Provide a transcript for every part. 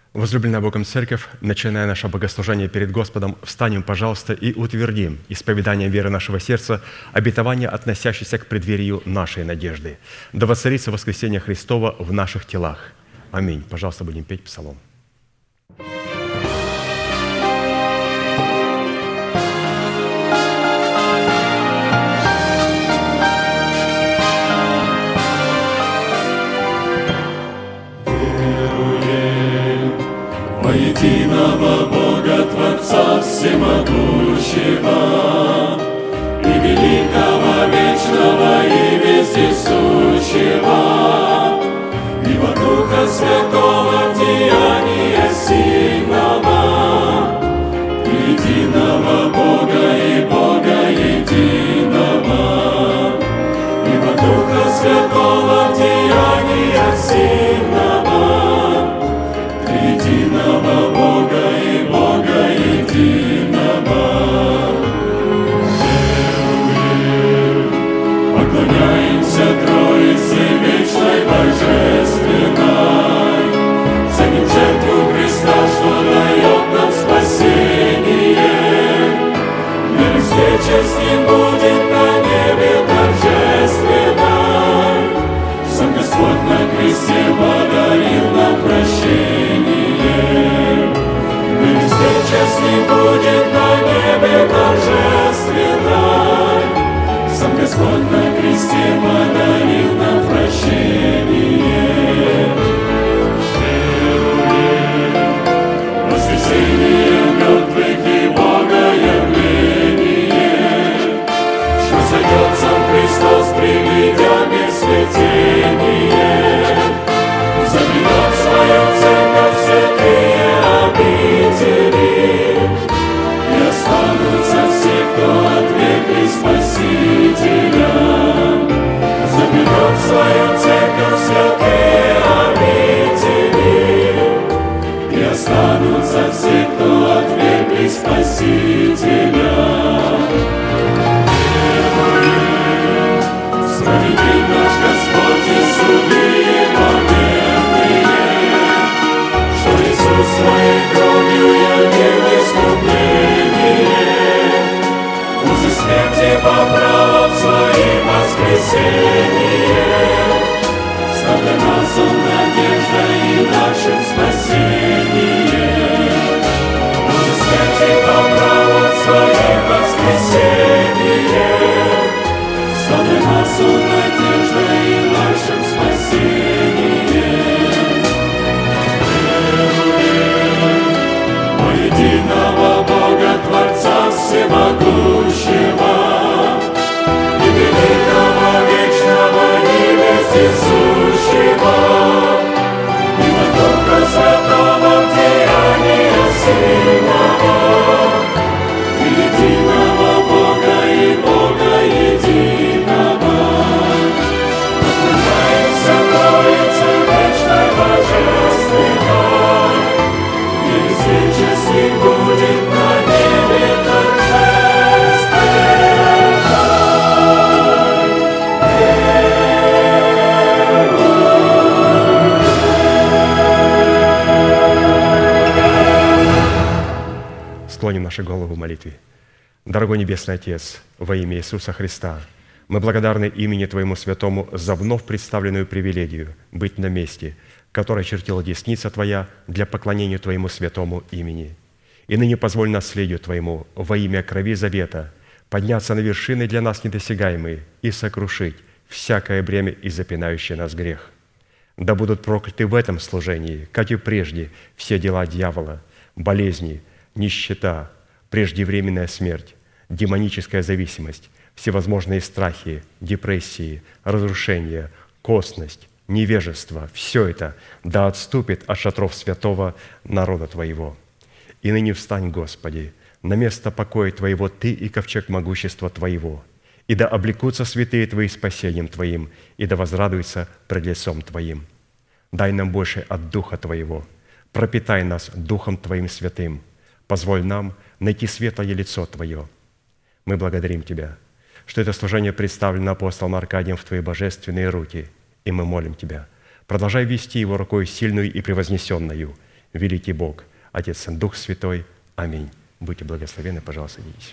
Возлюбленная Богом Церковь, начиная наше богослужение перед Господом, встанем, пожалуйста, и утвердим исповеданием веры нашего сердца обетование, относящееся к преддверию нашей надежды. Да воцарится воскресение Христова в наших телах. Аминь. Пожалуйста, будем петь псалом. Во единого Бога Творца Всемогущего и великого, вечного и вездесущего, и во Духа Святого в деянии сильного, единого Бога и Бога единого, и во Духа Святого в деянии сильного, единого Бога и Бога единого. Поклоняемся Троице вечной божественной, ценим жертву Христа, что дает нам спасение. Верим, встреча с Ним будет на небе торжественной. Сам Господь на кресте подарил нам прощение. Встреча с Ним будет на небе торжественной. Сам Господь на кресте подарил нам прощение. Воскресение мертвых и Богоявление, что сойдет сам Христос, приведя мир в смятение, заберет свою церковь святые обители, и останутся все, кто отвергли Спасителя. Заберет свою церковь святые обители, и останутся все, кто отвергли Спасителя. Справедлив наш Господь и суды Его верные, что Иисус своей кровью явил искупление, узы смерти поправил своим воскресением. Стал для нас Он надеждой и нашим спасением. Узы смерти поправил своим воскресением. Стал для нас Он надеждой и нашим спасением. Единого Бога Творца Всемогущего и великого, вечного и вездесущего, и во Духа Святого в деянии сильного, единого Бога и Бога единого. Поклоняемся Троице вечной божественной, и встреча с Ним будет на небе торжественной. Склоним наши головы в молитве. Дорогой Небесный Отец, во имя Иисуса Христа, мы благодарны имени Твоему Святому за вновь представленную привилегию быть на месте, которое чертила десница Твоя для поклонения Твоему святому имени. И ныне позволь наследию Твоему во имя крови завета подняться на вершины для нас недосягаемые и сокрушить всякое бремя и запинающее нас грех. Да будут прокляты в этом служении, как и прежде, все дела дьявола, болезни, нищета, преждевременная смерть, демоническая зависимость, всевозможные страхи, депрессии, разрушения, косность, невежество – все это да отступит от шатров святого народа Твоего. И ныне встань, Господи, на место покоя Твоего Ты и ковчег могущества Твоего, и да облекутся святые Твои спасением Твоим, и да возрадуются пред лицом Твоим. Дай нам больше от Духа Твоего, пропитай нас Духом Твоим святым, позволь нам найти светлое лицо Твое. Мы благодарим Тебя, что это служение представлено апостолом Аркадием в Твои божественные руки, и мы молим Тебя, продолжай вести его рукой сильную и превознесенную, великий Бог, Отец, Сын, Дух Святой. Аминь. Будьте благословенны, пожалуйста, садитесь.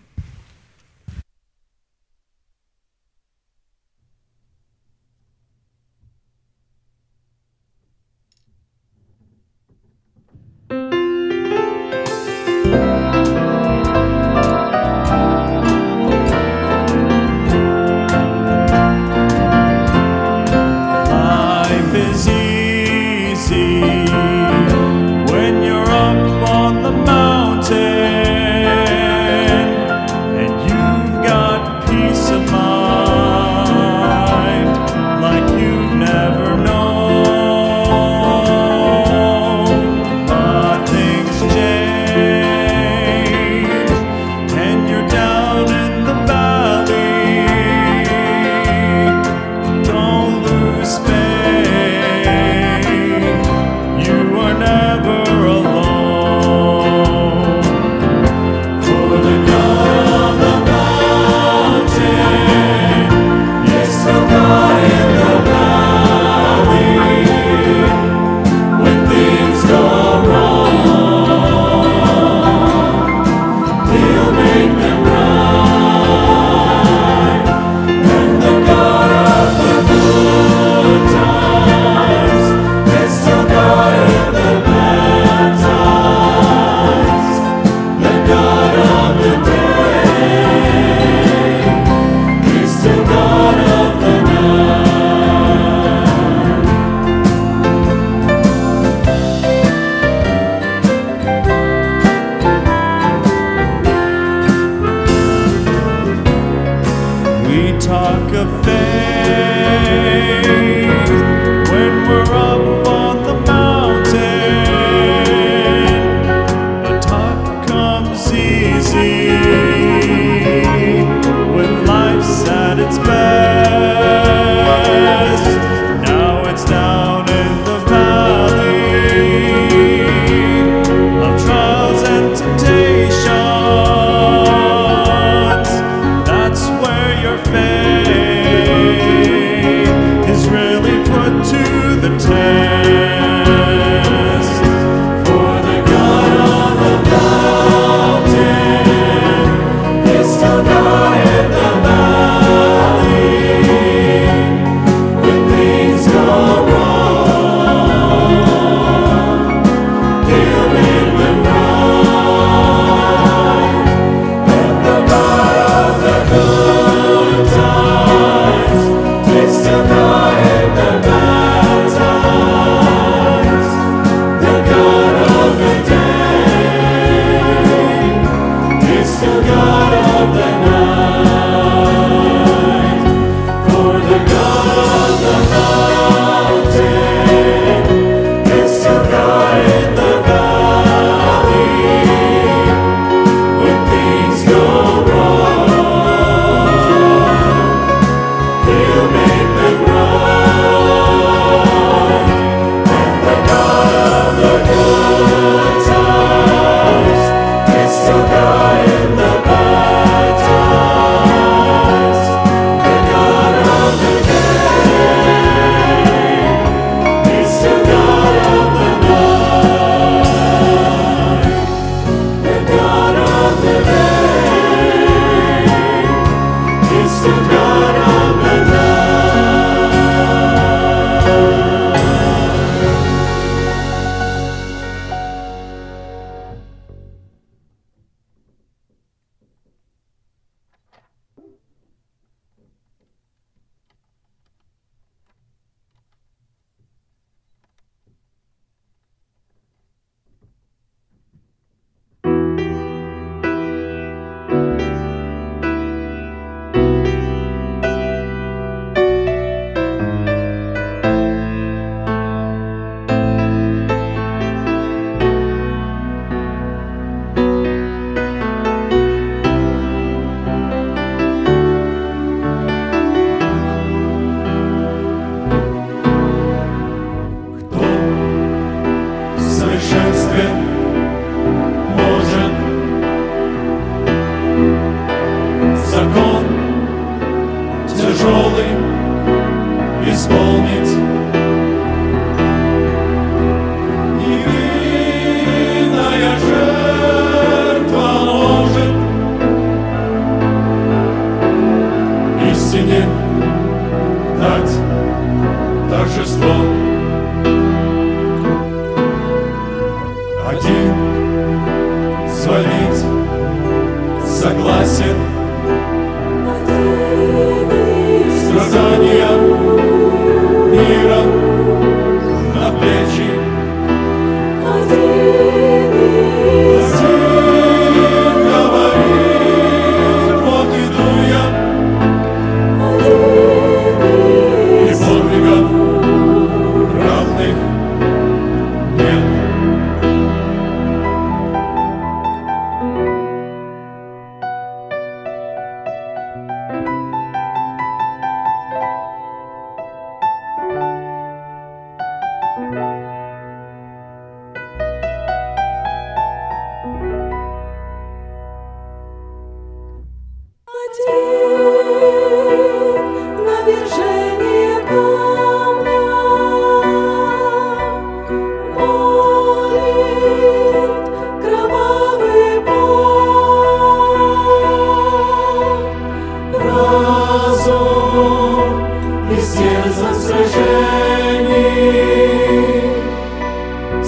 Life is easy when you're up on the mountain and you've got peace of mind like you've never known. But things change and you're down in the valley. Don't lose faith. You are never alone. For the God on the mountain is the God in the valley. When things go wrong, He'll make them right. And the God of the good times is the God in the bad.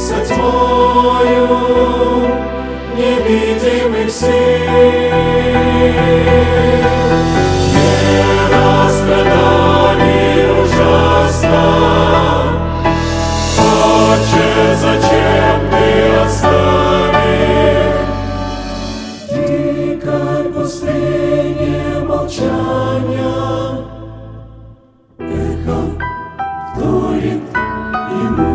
со тьмою невидимых сил. Мера страданий ужасна. Отче, зачем ты оставил? В дикой пустыне молчания эхо вторит ему.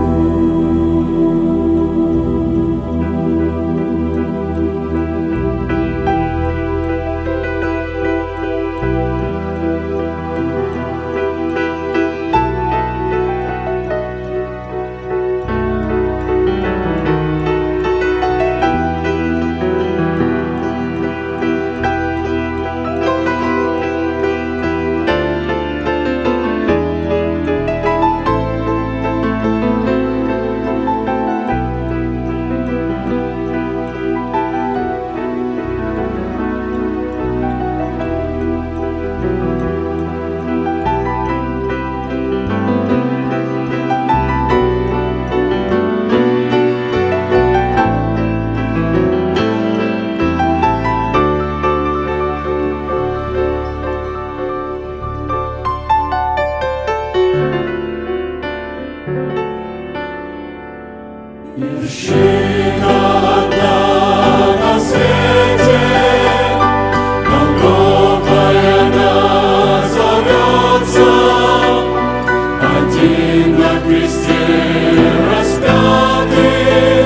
Вершина одна на свете, Голгофой она зовется. Один на кресте распятый,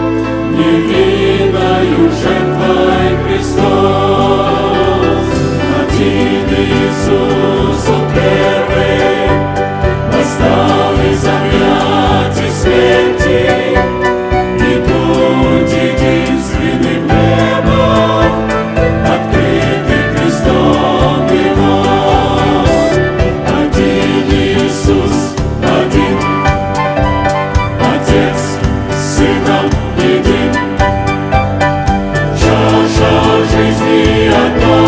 невинною жертвой Христос. Один Иисус, Он первый, восстал из объятий смерти. Путь единственный в небо, открытый крестом Его. Один Иисус, один, Отец с Сыном един. Чаша жизни одна,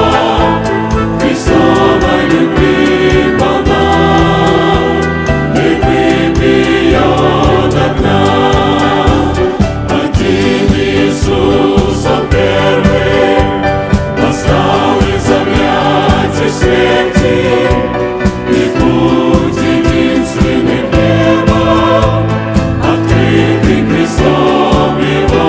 Христовой любви полна, и выпьет до дна. Иисус, Он первый, восстал из объятий смерти, и путь единственный в небо, открытый крестом Его,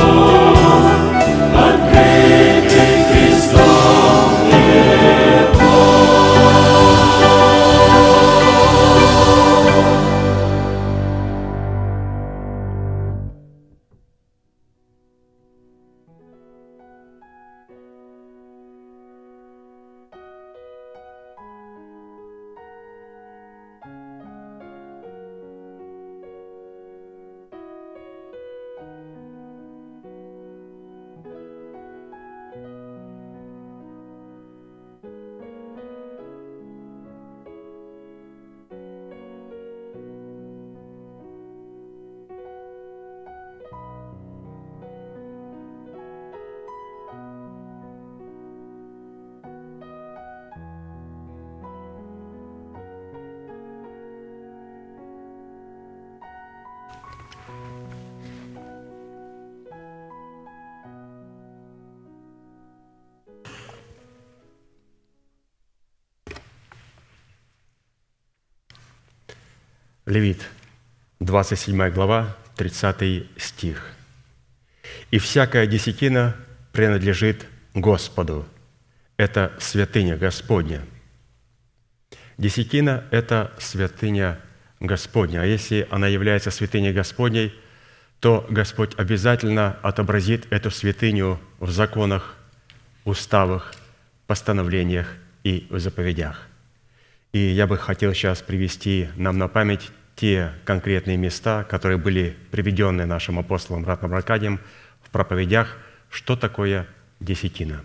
открытый крестом Его. Левит, 27 глава, 30 стих. «И всякая десятина принадлежит Господу». Это святыня Господня. Десятина – это святыня Господня. А если она является святыней Господней, то Господь обязательно отобразит эту святыню в законах, уставах, постановлениях и в заповедях. И я бы хотел сейчас привести нам на память те конкретные места, которые были приведены нашим апостолом Ратным Аркадием в проповедях, что такое десятина.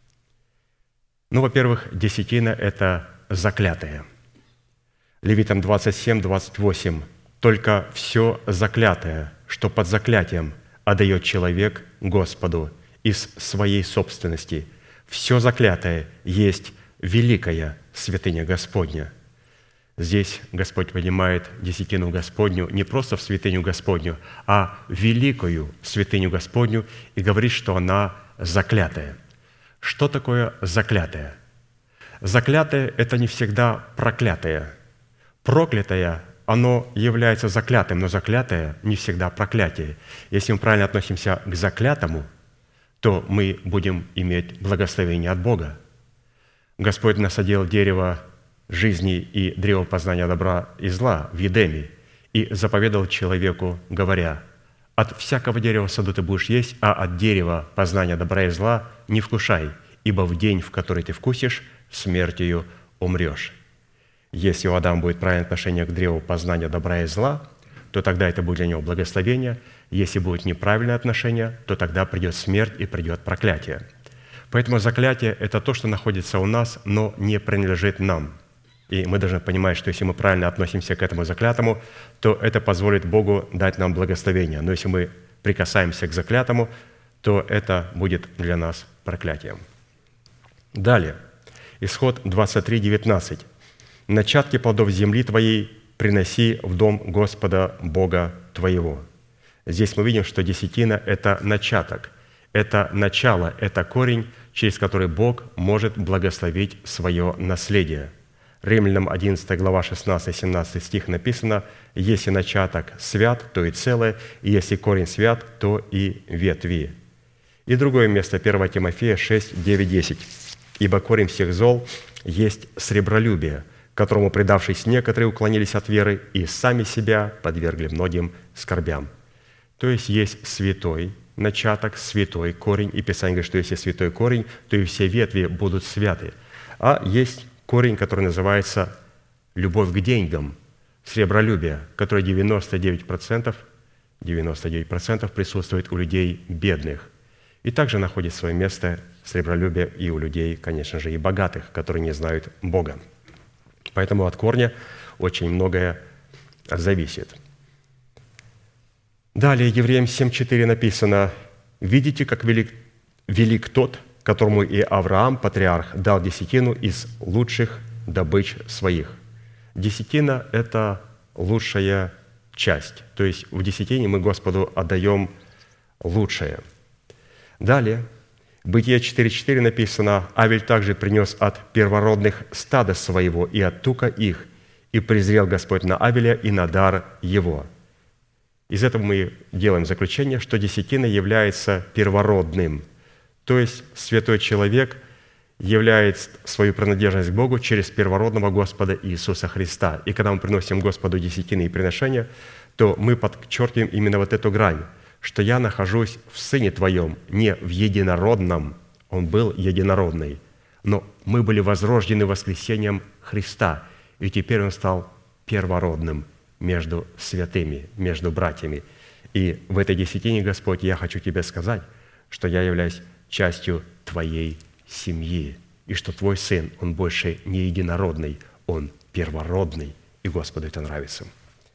Ну, во-первых, десятина – это заклятое. Левитам 27, 28. «Только все заклятое, что под заклятием отдает человек Господу из своей собственности. Все заклятое есть великая святыня Господня». Здесь Господь поднимает десятину Господню не просто в святыню Господню, а в великую святыню Господню и говорит, что она заклятая. Что такое заклятая? Заклятое – это не всегда проклятое. Проклятое – оно является заклятым, но заклятое не всегда проклятие. Если мы правильно относимся к заклятому, то мы будем иметь благословение от Бога. Господь насадил дерево жизни и древо познания добра и зла в Едеме и заповедал человеку, говоря: «От всякого дерева в саду ты будешь есть, а от дерева познания добра и зла не вкушай, ибо в день, в который ты вкусишь, смертью умрешь». Если у Адама будет правильное отношение к древу познания добра и зла, то тогда это будет для него благословение. Если будет неправильное отношение, то тогда придет смерть и придет проклятие. Поэтому заклятие – это то, что находится у нас, но не принадлежит нам. И мы должны понимать, что если мы правильно относимся к этому заклятому, то это позволит Богу дать нам благословение. Но если мы прикасаемся к заклятому, то это будет для нас проклятием. Далее. Исход 23:19. «Начатки плодов земли твоей приноси в дом Господа Бога твоего». Здесь мы видим, что десятина – это начаток, это начало, это корень, через который Бог может благословить свое наследие. Римлянам 11 глава 16-17 стих написано: «Если начаток свят, то и целое, и если корень свят, то и ветви». И другое место, 1 Тимофея 6, 9, 10. «Ибо корень всех зол есть сребролюбие, которому, предавшись, некоторые уклонились от веры и сами себя подвергли многим скорбям». То есть святой начаток, святой корень, и Писание говорит, что если святой корень, то и все ветви будут святы. А есть корень, который называется любовь к деньгам, сребролюбие, который 99% присутствует у людей бедных. И также находит свое место сребролюбие и у людей, конечно же, и богатых, которые не знают Бога. Поэтому от корня очень многое зависит. Далее, Евреям 7:4 написано: «Видите, как велик тот, которому и Авраам, патриарх, дал десятину из лучших добыч своих». Десятина – это лучшая часть. То есть в десятине мы Господу отдаем лучшее. Далее, Бытие 4:4 написано: «Авель также принес от первородных стада своего и от тука их, и презрел Господь на Авеля и на дар его». Из этого мы делаем заключение, что десятина является первородным, то есть святой человек являет свою принадлежность к Богу через первородного Господа Иисуса Христа. И когда мы приносим Господу десятины и приношения, то мы подчеркиваем именно вот эту грань, что я нахожусь в Сыне Твоем, не в единородном, Он был единородный, но мы были возрождены воскресением Христа, и теперь Он стал первородным между святыми, между братьями. И в этой десятине, Господь, я хочу Тебе сказать, что я являюсь частью Твоей семьи, и что Твой Сын, Он больше не единородный, Он первородный, и Господу это нравится.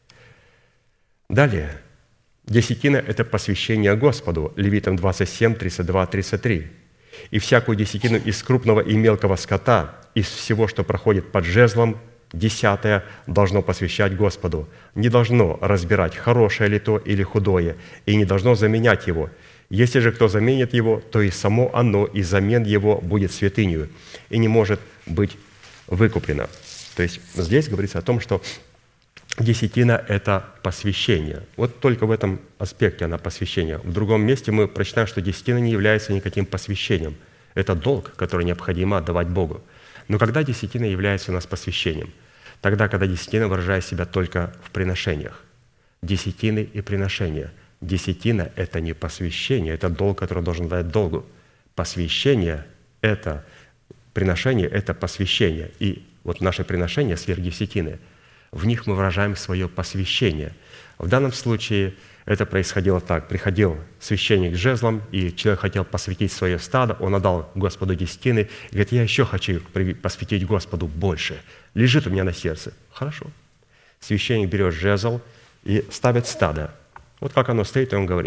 Далее. Десятина – это посвящение Господу, Левитам 27, 32, 33. «И всякую десятину из крупного и мелкого скота, из всего, что проходит под жезлом, десятое должно посвящать Господу. Не должно разбирать, хорошее ли то или худое, и не должно заменять его. Если же кто заменит его, то и само оно, и замен его будет святынью, и не может быть выкуплено». То есть здесь говорится о том, что десятина – это посвящение. Вот только в этом аспекте она посвящение. В другом месте мы прочитаем, что десятина не является никаким посвящением. Это долг, который необходимо отдавать Богу. Но когда десятина является у нас посвящением? Тогда, когда десятина выражает себя только в приношениях. Десятины и приношения. Десятина – это не посвящение, это долг, который должен дать долгу. Посвящение – это приношение, это посвящение. И вот наше приношение сверх десятины – в них мы выражаем свое посвящение. В данном случае это происходило так. Приходил священник с жезлом, и человек хотел посвятить свое стадо, он отдал Господу десятины, и говорит: я еще хочу посвятить Господу больше. Лежит у меня на сердце. Хорошо. Священник берет жезл и ставит стадо. Вот как оно стоит, и он говорит: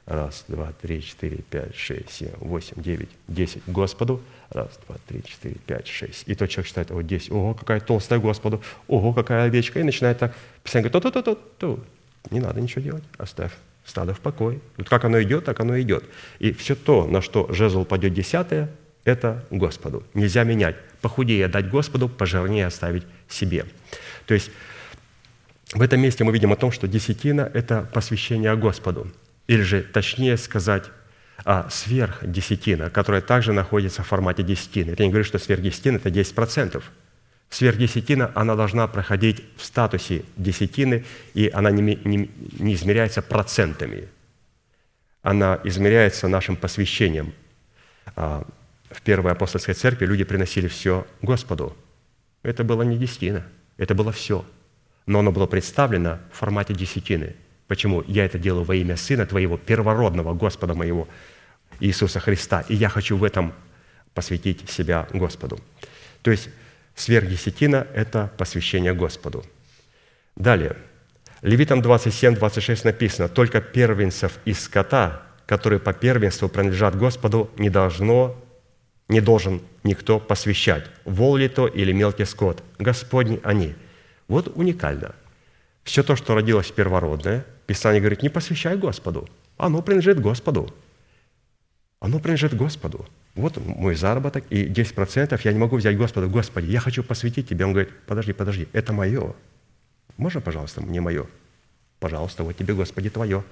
Раз, два, три, четыре, пять, шесть, семь, восемь, девять, 10. Господу. Раз, два, три, четыре, пять, шесть. И тот человек считает, 10. Ого, какая толстая Господу. Ого, какая овечка. И начинает так. Писание говорит, то. Не надо ничего делать. Оставь стадо в покое. Вот как оно идет, так оно идет. И все то, на что жезл падет 10, это Господу. Нельзя менять. Похудее дать Господу, пожирнее оставить себе. То есть в этом месте мы видим о том, что десятина – это посвящение Господу. Или же, точнее сказать, сверхдесятина, которая также находится в формате десятины. Это не говорю, что сверхдесятина – это 10%. Сверхдесятина, она должна проходить в статусе десятины, и она не измеряется процентами. Она измеряется нашим посвящением. В Первой апостольской церкви люди приносили все Господу. Это было не десятина, это было все. Но оно было представлено в формате десятины. Почему? Я это делаю во имя Сына Твоего, первородного Господа моего, Иисуса Христа. И я хочу в этом посвятить себя Господу. То есть сверхдесятина – это посвящение Господу. Далее. Левитам 27-26 написано: «Только первенцев из скота, которые по первенству принадлежат Господу, не должен никто посвящать, вол ли то или мелкий скот, Господни они». Вот уникально. Все то, что родилось первородное, Писание говорит, не посвящай Господу. Оно принадлежит Господу. Оно принадлежит Господу. Вот мой заработок, и 10% я не могу взять Господу. Господи, я хочу посвятить Тебе. Он говорит, подожди, это мое. Можно, пожалуйста, мне мое? Пожалуйста, вот тебе, Господи, твое.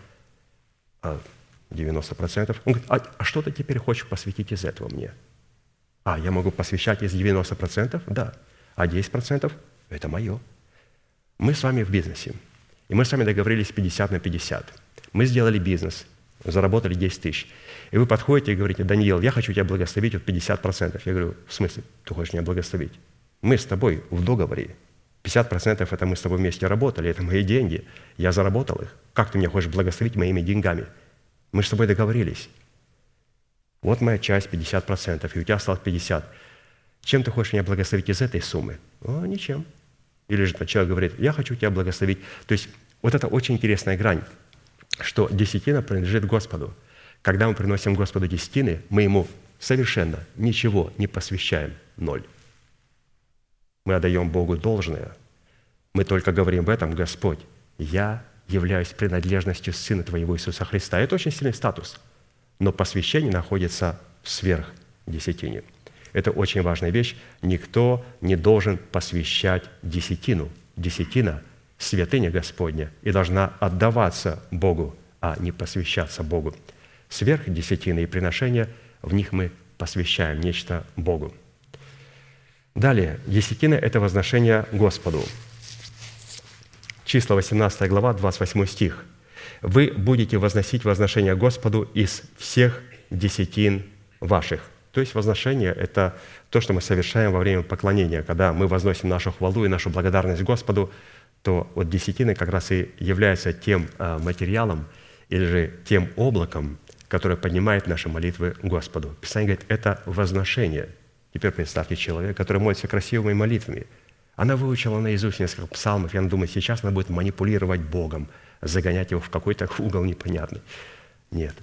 90%. Он говорит, а что ты теперь хочешь посвятить из этого мне? Я могу посвящать из 90%? Да. А 10% – это мое. Мы с вами в бизнесе, и мы с вами договорились 50 на 50. Мы сделали бизнес, заработали 10 тысяч. И вы подходите и говорите, Даниил, я хочу тебя благословить вот 50%. Я говорю, в смысле, ты хочешь меня благословить? Мы с тобой в договоре. 50% это мы с тобой вместе работали, это мои деньги. Я заработал их. Как ты меня хочешь благословить моими деньгами? Мы с тобой договорились. Вот моя часть 50%, и у тебя осталось 50%. Чем ты хочешь меня благословить из этой суммы? Ничем. Или же человек говорит, я хочу тебя благословить. То есть вот это очень интересная грань, что десятина принадлежит Господу. Когда мы приносим Господу десятины, мы Ему совершенно ничего не посвящаем, 0. Мы отдаем Богу должное. Мы только говорим в этом, Господь, я являюсь принадлежностью Сына Твоего Иисуса Христа. Это очень сильный статус. Но посвящение находится в сверхдесятине. Это очень важная вещь. Никто не должен посвящать десятину. Десятина – святыня Господня и должна отдаваться Богу, а не посвящаться Богу. Сверхдесятины и приношения, в них мы посвящаем нечто Богу. Далее, десятина – это возношение Господу. Числа 18 глава, 28 стих. «Вы будете возносить возношение Господу из всех десятин ваших». То есть возношение – это то, что мы совершаем во время поклонения. Когда мы возносим нашу хвалу и нашу благодарность Господу, то вот десятины как раз и являются тем материалом или же тем облаком, которое поднимает наши молитвы Господу. Писание говорит, это возношение. Теперь представьте человека, который молится красивыми молитвами. Она выучила наизусть несколько псалмов, и она думает, сейчас она будет манипулировать Богом, загонять его в какой-то угол непонятный. Нет.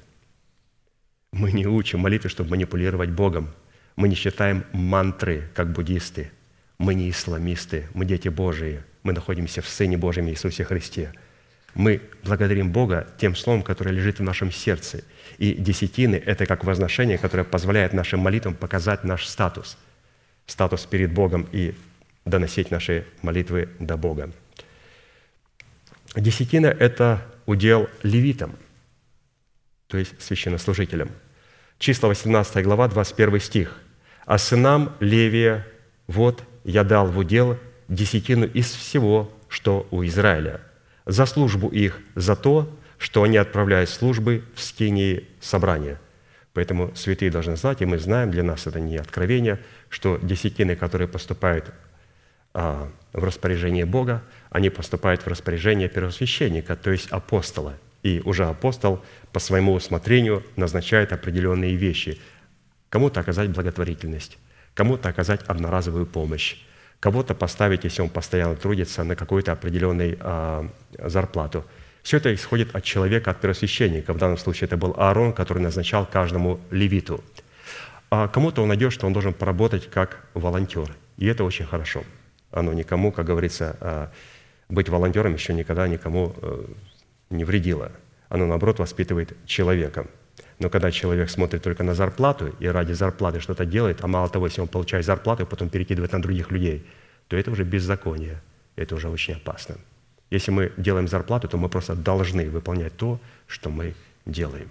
Мы не учим молитвы, чтобы манипулировать Богом. Мы не читаем мантры, как буддисты. Мы не исламисты, мы дети Божии. Мы находимся в Сыне Божьем Иисусе Христе. Мы благодарим Бога тем словом, которое лежит в нашем сердце. И десятины – это как возношение, которое позволяет нашим молитвам показать наш статус. Статус перед Богом и доносить наши молитвы до Бога. Десятина – это удел левитам, то есть священнослужителям. Числа 18 глава, 21 стих. «А сынам Левия, вот я дал в удел десятину из всего, что у Израиля, за службу их, за то, что они отправляют службы в скинии собрания». Поэтому святые должны знать, и мы знаем, для нас это не откровение, что десятины, которые поступают в распоряжение Бога, они поступают в распоряжение первосвященника, то есть апостола. И уже апостол по своему усмотрению назначает определенные вещи. Кому-то оказать благотворительность, кому-то оказать одноразовую помощь, кого-то поставить, если он постоянно трудится, на какую-то определенную зарплату. Все это исходит от человека, от первосвященника. В данном случае это был Аарон, который назначал каждому левиту. А кому-то он найдет, что он должен поработать как волонтер. И это очень хорошо. Оно никому, как говорится, быть волонтером еще никогда никому не вредило. Оно, наоборот, воспитывает человека. Но когда человек смотрит только на зарплату и ради зарплаты что-то делает, а мало того, если он получает зарплату и потом перекидывает на других людей, то это уже беззаконие. Это уже очень опасно. Если мы делаем зарплату, то мы просто должны выполнять то, что мы делаем.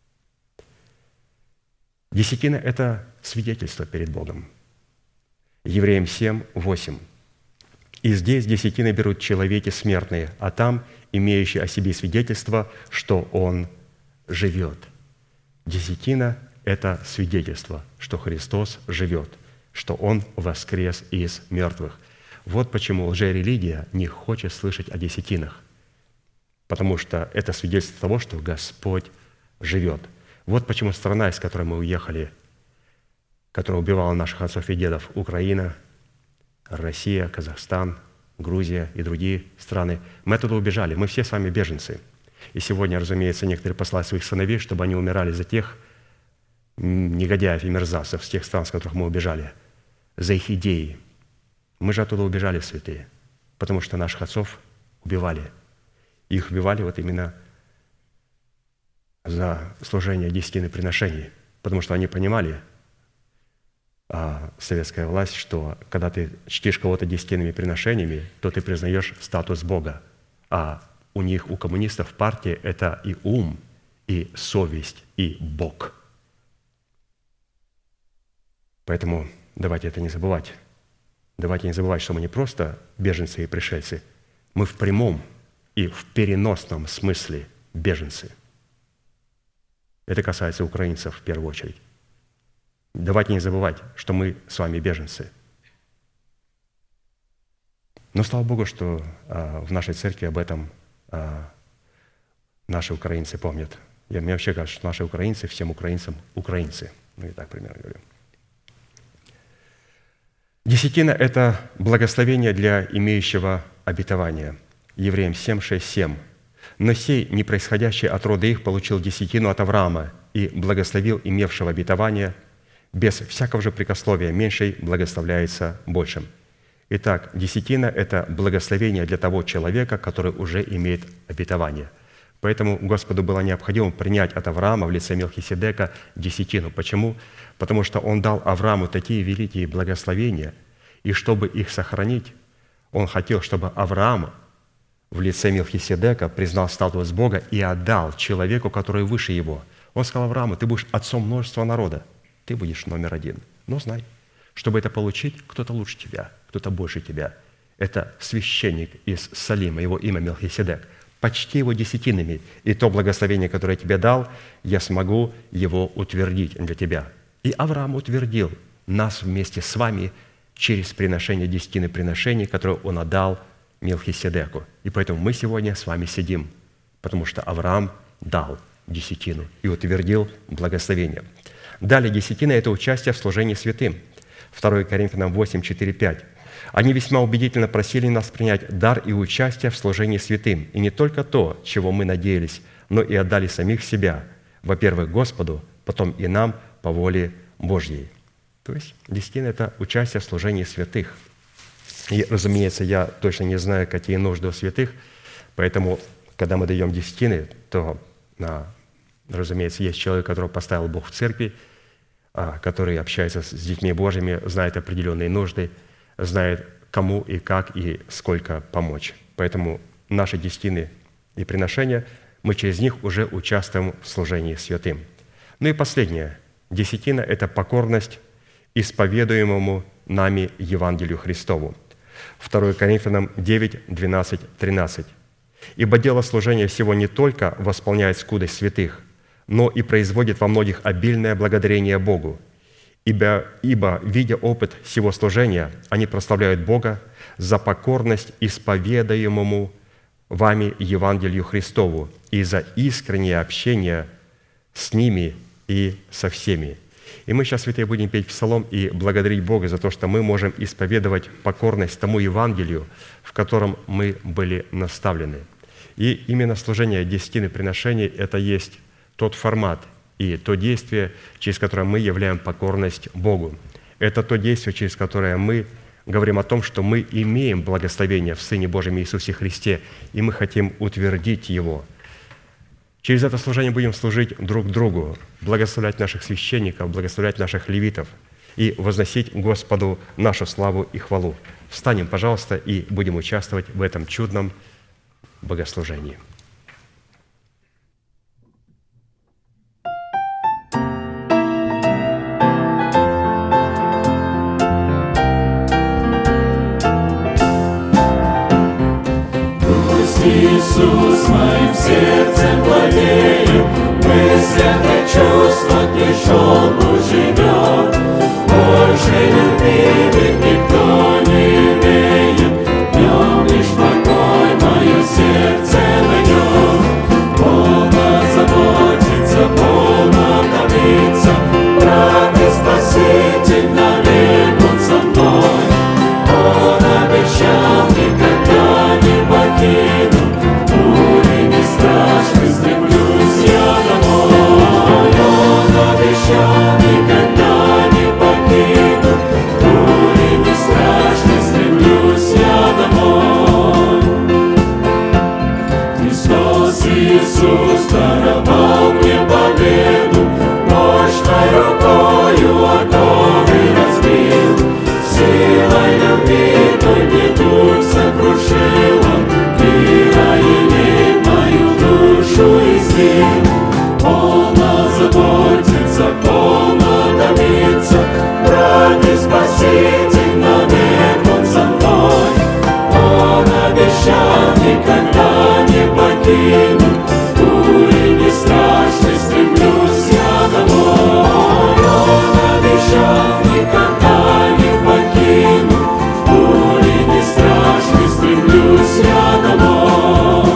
Десятина – это свидетельство перед Богом. Евреям 7, 8. «И здесь десятины берут человеки смертные, а там имеющие о себе свидетельство, что он живет». Десятина – это свидетельство, что Христос живет, что Он воскрес из мертвых. Вот почему лжерелигия не хочет слышать о десятинах, потому что это свидетельство того, что Господь живет. Вот почему страна, из которой мы уехали, которая убивала наших отцов и дедов, Украина, Россия, Казахстан, Грузия и другие страны, мы оттуда убежали, мы все с вами беженцы. И сегодня, разумеется, некоторые послали своих сыновей, чтобы они умирали за тех негодяев и мерзавцев с тех стран, с которых мы убежали, за их идеи. Мы же оттуда убежали, святые, потому что наших отцов убивали. Их убивали вот именно за служение десятины приношений, потому что они понимали, советская власть, что когда ты чтишь кого-то десятинными приношениями, то ты признаешь статус Бога. А у них, у коммунистов в партии это и ум, и совесть, и Бог. Поэтому давайте это не забывать. Давайте не забывать, что мы не просто беженцы и пришельцы, мы в прямом и в переносном смысле беженцы. Это касается украинцев в первую очередь. Давайте не забывать, что мы с вами беженцы. Но слава Богу, что в нашей церкви об этом наши украинцы помнят. Мне вообще кажется, что наши украинцы, всем украинцам украинцы. Ну, я так примерно говорю. Десятина – это благословение для имеющего обетования. Евреям 7, 6, 7. «Но сей, не происходящий от рода их, получил десятину от Авраама и благословил имевшего обетование. Без всякого же прикословия меньший благословляется большим». Итак, десятина – это благословение для того человека, который уже имеет обетование. Поэтому Господу было необходимо принять от Авраама в лице Мелхиседека десятину. Почему? Потому что Он дал Аврааму такие великие благословения, и чтобы их сохранить, Он хотел, чтобы Авраам в лице Мелхиседека признал статус Бога и отдал человеку, который выше его. Он сказал Аврааму: ты будешь отцом множества народа, ты будешь номер один. Но знай, чтобы это получить, кто-то лучше тебя, кто-то больше тебя. Это священник из Салима, его имя Мелхиседек. Почти его десятинами, и то благословение, которое я тебе дал, я смогу его утвердить для тебя. И Авраам утвердил нас вместе с вами через приношение десятины приношений, которые он отдал Мелхиседеку. И поэтому мы сегодня с вами сидим, потому что Авраам дал десятину и утвердил благословение. Далее, десятина – это участие в служении святым. 2 Коринфянам 8, 4, 5. «Они весьма убедительно просили нас принять дар и участие в служении святым, и не только то, чего мы надеялись, но и отдали самих себя, во-первых, Господу, потом и нам по воле Божьей». То есть десятина – это участие в служении святых. И, разумеется, я точно не знаю, какие нужды у святых, поэтому, когда мы даем десятины, то, разумеется, есть человек, которого поставил Бог в церкви, который общается с детьми Божьими, знает определенные нужды, знает, кому и как и сколько помочь. Поэтому наши десятины и приношения, мы через них уже участвуем в служении святым. Ну и последнее. Десятина – это покорность исповедуемому нами Евангелию Христову. 2 Коринфянам 9, 12, 13. «Ибо дело служения всего не только восполняет скудость святых, но и производит во многих обильное благодарение Богу. Ибо, видя опыт сего служения, они прославляют Бога за покорность исповедаемому вами Евангелию Христову и за искреннее общение с ними и со всеми». И мы сейчас, святые, будем петь псалом и благодарить Бога за то, что мы можем исповедовать покорность тому Евангелию, в котором мы были наставлены. И именно служение десятины приношений – это есть тот формат и то действие, через которое мы являем покорность Богу. Это то действие, через которое мы говорим о том, что мы имеем благословение в Сыне Божьем Иисусе Христе, и мы хотим утвердить Его. Через это служение будем служить друг другу, благословлять наших священников, благословлять наших левитов и возносить Господу нашу славу и хвалу. Встанем, пожалуйста, и будем участвовать в этом чудном богослужении. Иисус моим сердцем владеет, в мыслях и чувствах лишь Он живет. Больше любви ведь никто не имеет, в Нем лишь покой мое сердце найдет. Полно заботиться, полно томиться, брат и Спаситель навек Он со мной. Он обещал никогда не покинуть. Страшно стремлюсь я домой. Он обещал никогда не покинуть. Бури не страшно, стремлюсь я домой. Христос Иисус даровал мне победу, мощной рукою оковы разбил. Силой любви той мне дух сокрушил Он, мира имеет мою душу и сил. Полно заботиться, полно томиться, брат и Спаситель навек Он со мной. Он обещал никогда не покинуть, бури не страшны, стремлюсь я домой. Он обещал никогда не покинуть, бури не страшны, стремлюсь я домой.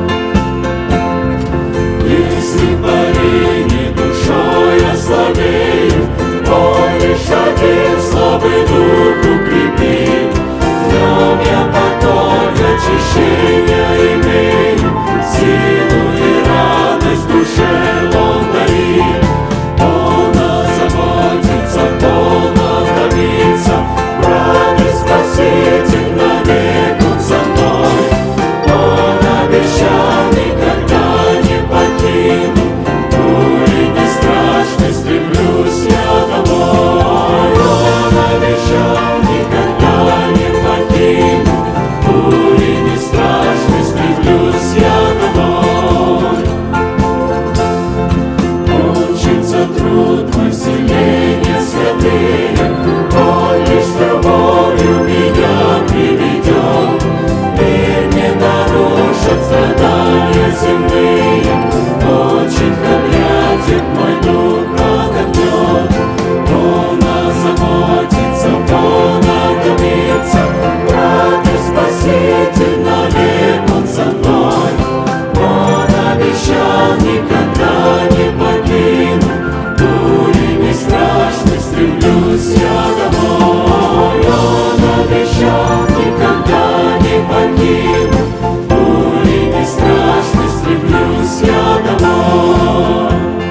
Если парень душой ослабею, Он лишь один слабый дух укрепит. В Нем я покой, очищения имею, силу и радость душе Он дарит. Полно заботиться, полно томиться, брат и Спаситель навек Он со мной. Он обещал никогда не покинуть, бури не страшны, стремлюсь я домой. Он обещал никогда не покинуть, бури не страшны, стремлюсь я домой. Кончится труд мой, вселенье святые, Он лишь с любовью меня приведет. Мир не нарушит страдания земные, очень объятит мой дух отдохнет. Полно заботиться, полно томиться, брат и Спаситель навек Он со мной. Он обещал никогда не покинуть, бури не страшны, стремлюсь я домой. Он обещал никогда не покинуть, бури не страшны, стремлюсь я домой.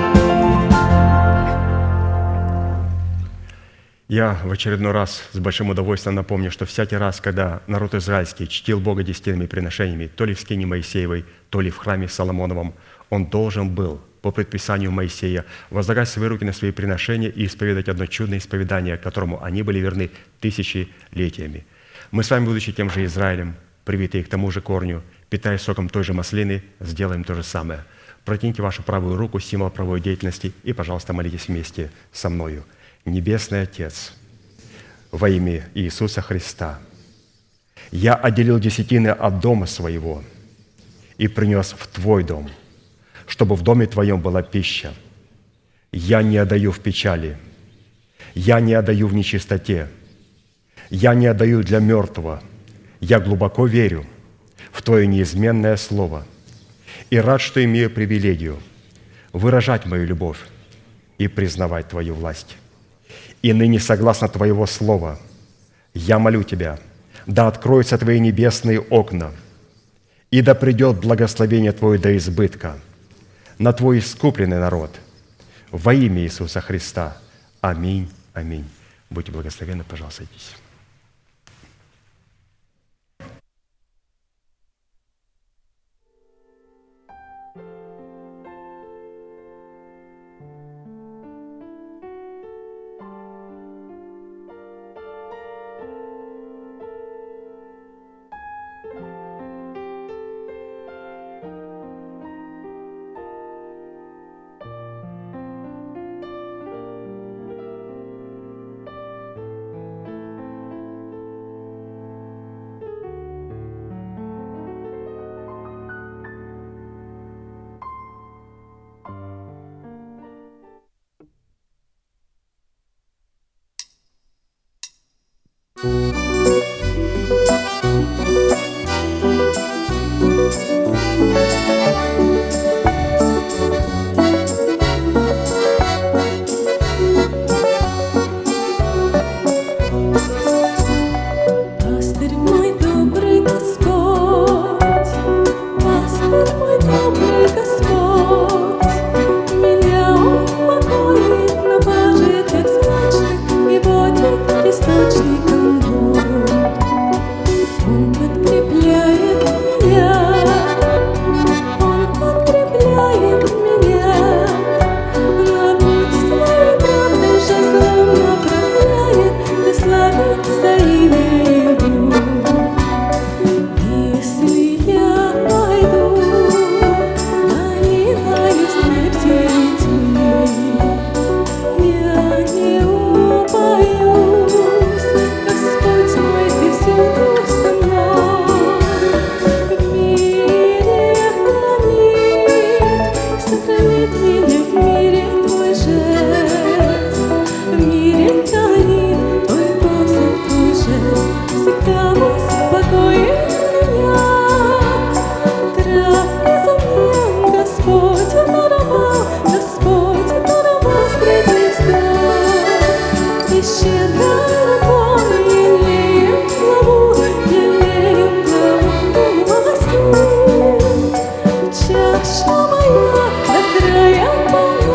Я в очередной раз с большим удовольствием напомню, что всякий раз, когда народ израильский чтил Бога десятинными приношениями, то ли в скине Моисеевой, то ли в храме Соломоновом, он должен был по предписанию Моисея возлагать свои руки на свои приношения и исповедать одно чудное исповедание, которому они были верны тысячелетиями. Мы с вами, будучи тем же Израилем, привитые к тому же корню, питаясь соком той же маслины, сделаем то же самое. Протяните вашу правую руку, символ правовой деятельности, и, пожалуйста, молитесь вместе со мною. Небесный Отец, во имя Иисуса Христа, я отделил десятины от дома своего и принес в Твой дом, чтобы в доме Твоем была пища. Я не отдаю в печали, я не отдаю в нечистоте, я не отдаю для мертвого. Я глубоко верю в Твое неизменное Слово и рад, что имею привилегию выражать мою любовь и признавать Твою власть. И ныне, согласно Твоего Слова, я молю Тебя, да откроются Твои небесные окна, и да придет благословение Твое до избытка на Твой искупленный народ. Во имя Иисуса Христа. Аминь. Аминь. Будьте благословенны, пожалуйста, садитесь. Чаша моя до края полна.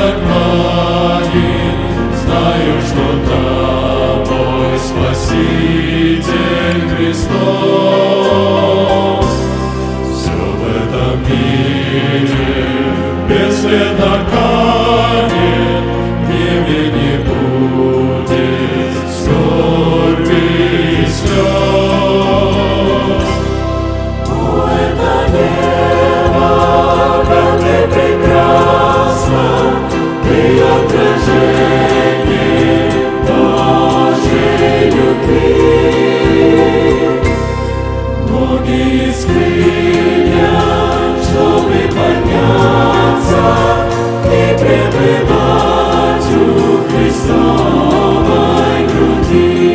кланет, знаю, что там мой Спаситель Христос. Все в этом мире бесследно канет, мне не будет скорби и слез. О, это небо, как ты прекрасна, ты отражение Божьей любви. Ноги из крылья, чтобы подняться и пребывать у Христовой груди.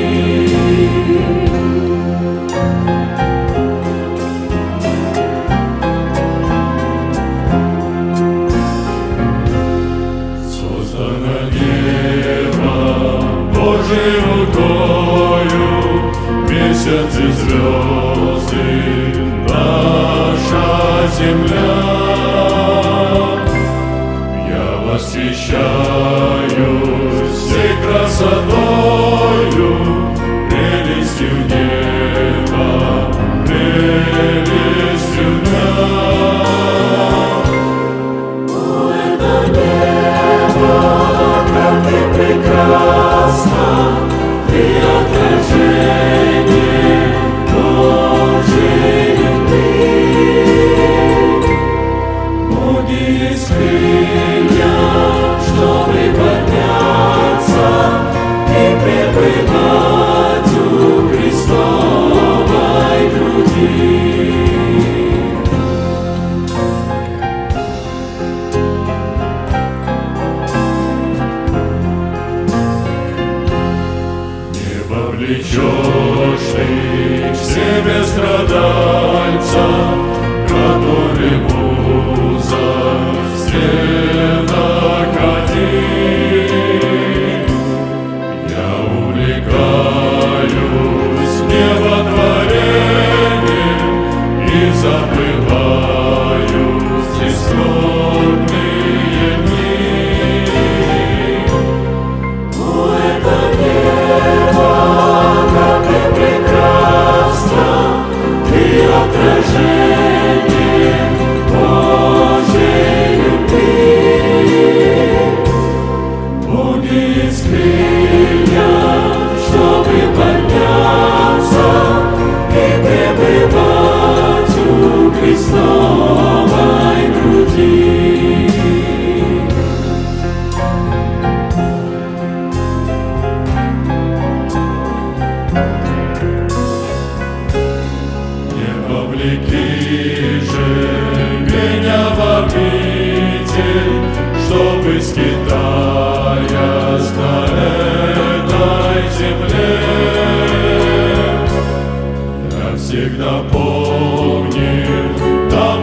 Создано небо Божьей рукою, месяц и звезды, наша земля. Я восхищаюсь всей красотою, прелестью неба, прелестью дня. О, это небо, как ты прекрасна, ты отражение Божьей любви. Ноги из крылья, чтобы подняться и пребывать у Христовой груди. Влечешь ты к себе страдальца, который в узах стенах один. Я увлекаюсь неботворением и забываю здесь скорбные дни. О, это небо, как ты прекрасна, ты отражение Божьей любви. Ноги из крылья, чтобы подняться и пребывать у Христовой груди. Повлеки же меня в обитель, чтобы скитаясь на этой земле, я всегда помнил, там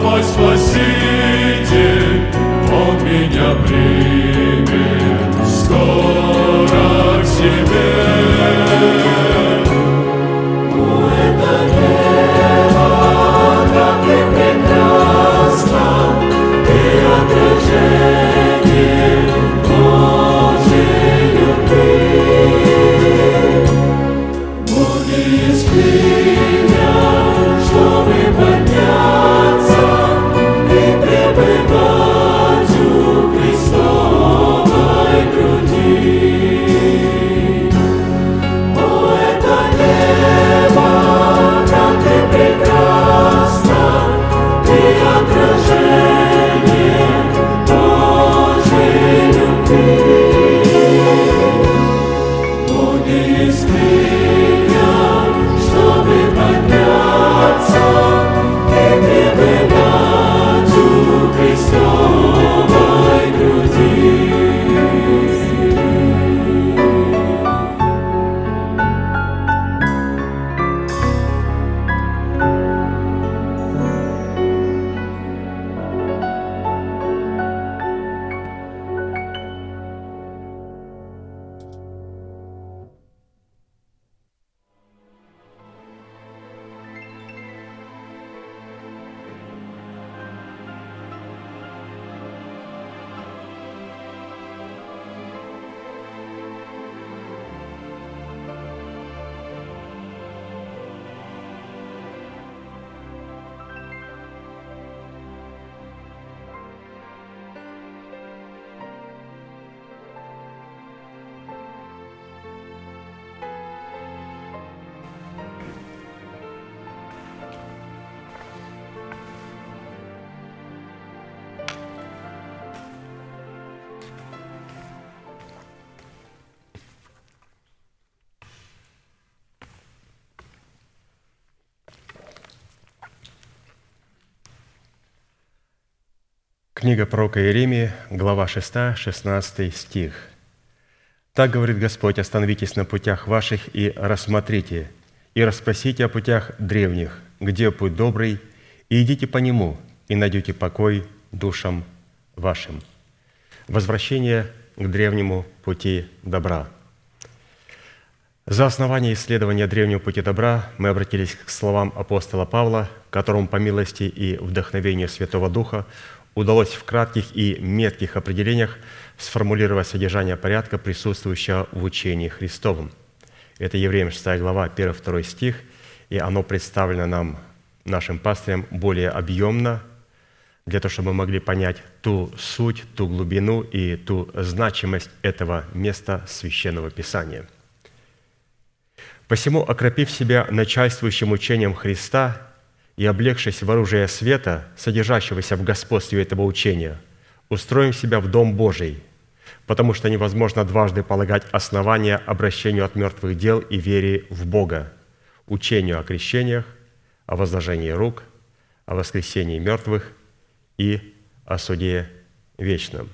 Книга пророка Иеремии, глава 6, 16 стих. «Так говорит Господь, остановитесь на путях ваших и рассмотрите, и расспросите о путях древних, где путь добрый, и идите по нему, и найдете покой душам вашим». Возвращение к древнему пути добра. За основание исследования древнего пути добра мы обратились к словам апостола Павла, которому по милости и вдохновению Святого Духа удалось в кратких и метких определениях сформулировать содержание порядка, присутствующего в учении Христовом. Это Евреям 6 глава, 1-2 стих, и оно представлено нам, нашим пастырям, более объемно, для того, чтобы мы могли понять ту суть, ту глубину и ту значимость этого места Священного Писания. «Посему, окропив себя начальствующим учением Христа и облегшись в оружие света, содержащегося в господстве этого учения, устроим себя в Дом Божий, потому что невозможно дважды полагать основания обращению от мертвых дел и вере в Бога, учению о крещениях, о возложении рук, о воскресении мертвых и о суде вечном».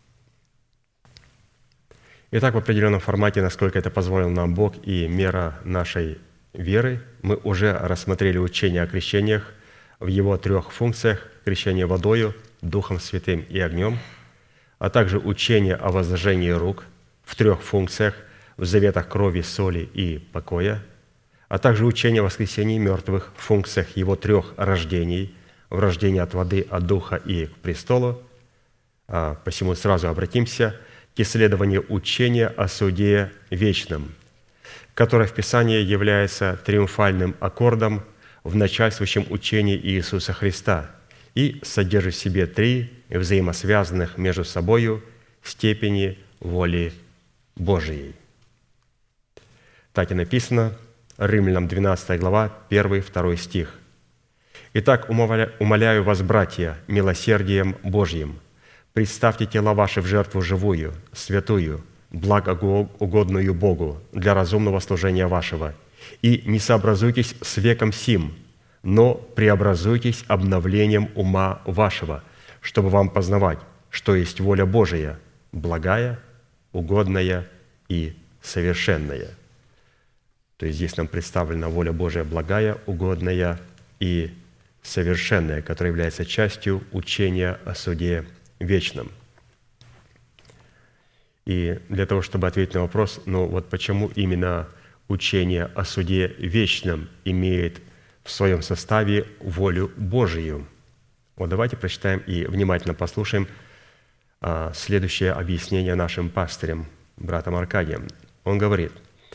Итак, в определенном формате, насколько это позволил нам Бог и мера нашей веры, мы уже рассмотрели учение о крещениях в его 3 функциях: крещение водою, Духом Святым и огнем, а также учение о возложении рук в 3 функциях: в заветах крови, соли и покоя, а также учение о воскресении мертвых в функциях его 3 рождений: в рождении от воды, от Духа и к престолу. Посему сразу обратимся к исследованию учения о суде вечном, которое в Писании является триумфальным аккордом в начальствующем учении Иисуса Христа и содержит в себе 3 взаимосвязанных между собою степени воли Божией. Так и написано, Римлянам 12 глава, 1-2 стих. «Итак, умоляю вас, братья, милосердием Божьим, представьте тела ваши в жертву живую, святую, благоугодную Богу для разумного служения вашего, и не сообразуйтесь с веком сим, но преобразуйтесь обновлением ума вашего, чтобы вам познавать, что есть воля Божия, благая, угодная и совершенная». То есть здесь нам представлена воля Божия благая, угодная и совершенная, которая является частью учения о суде вечном. И для того, чтобы ответить на вопрос, почему именно учение о суде вечном имеет в своем составе волю Божию, давайте прочитаем и внимательно послушаем следующее объяснение нашим пастырям, братом Аркадием. Он говорит: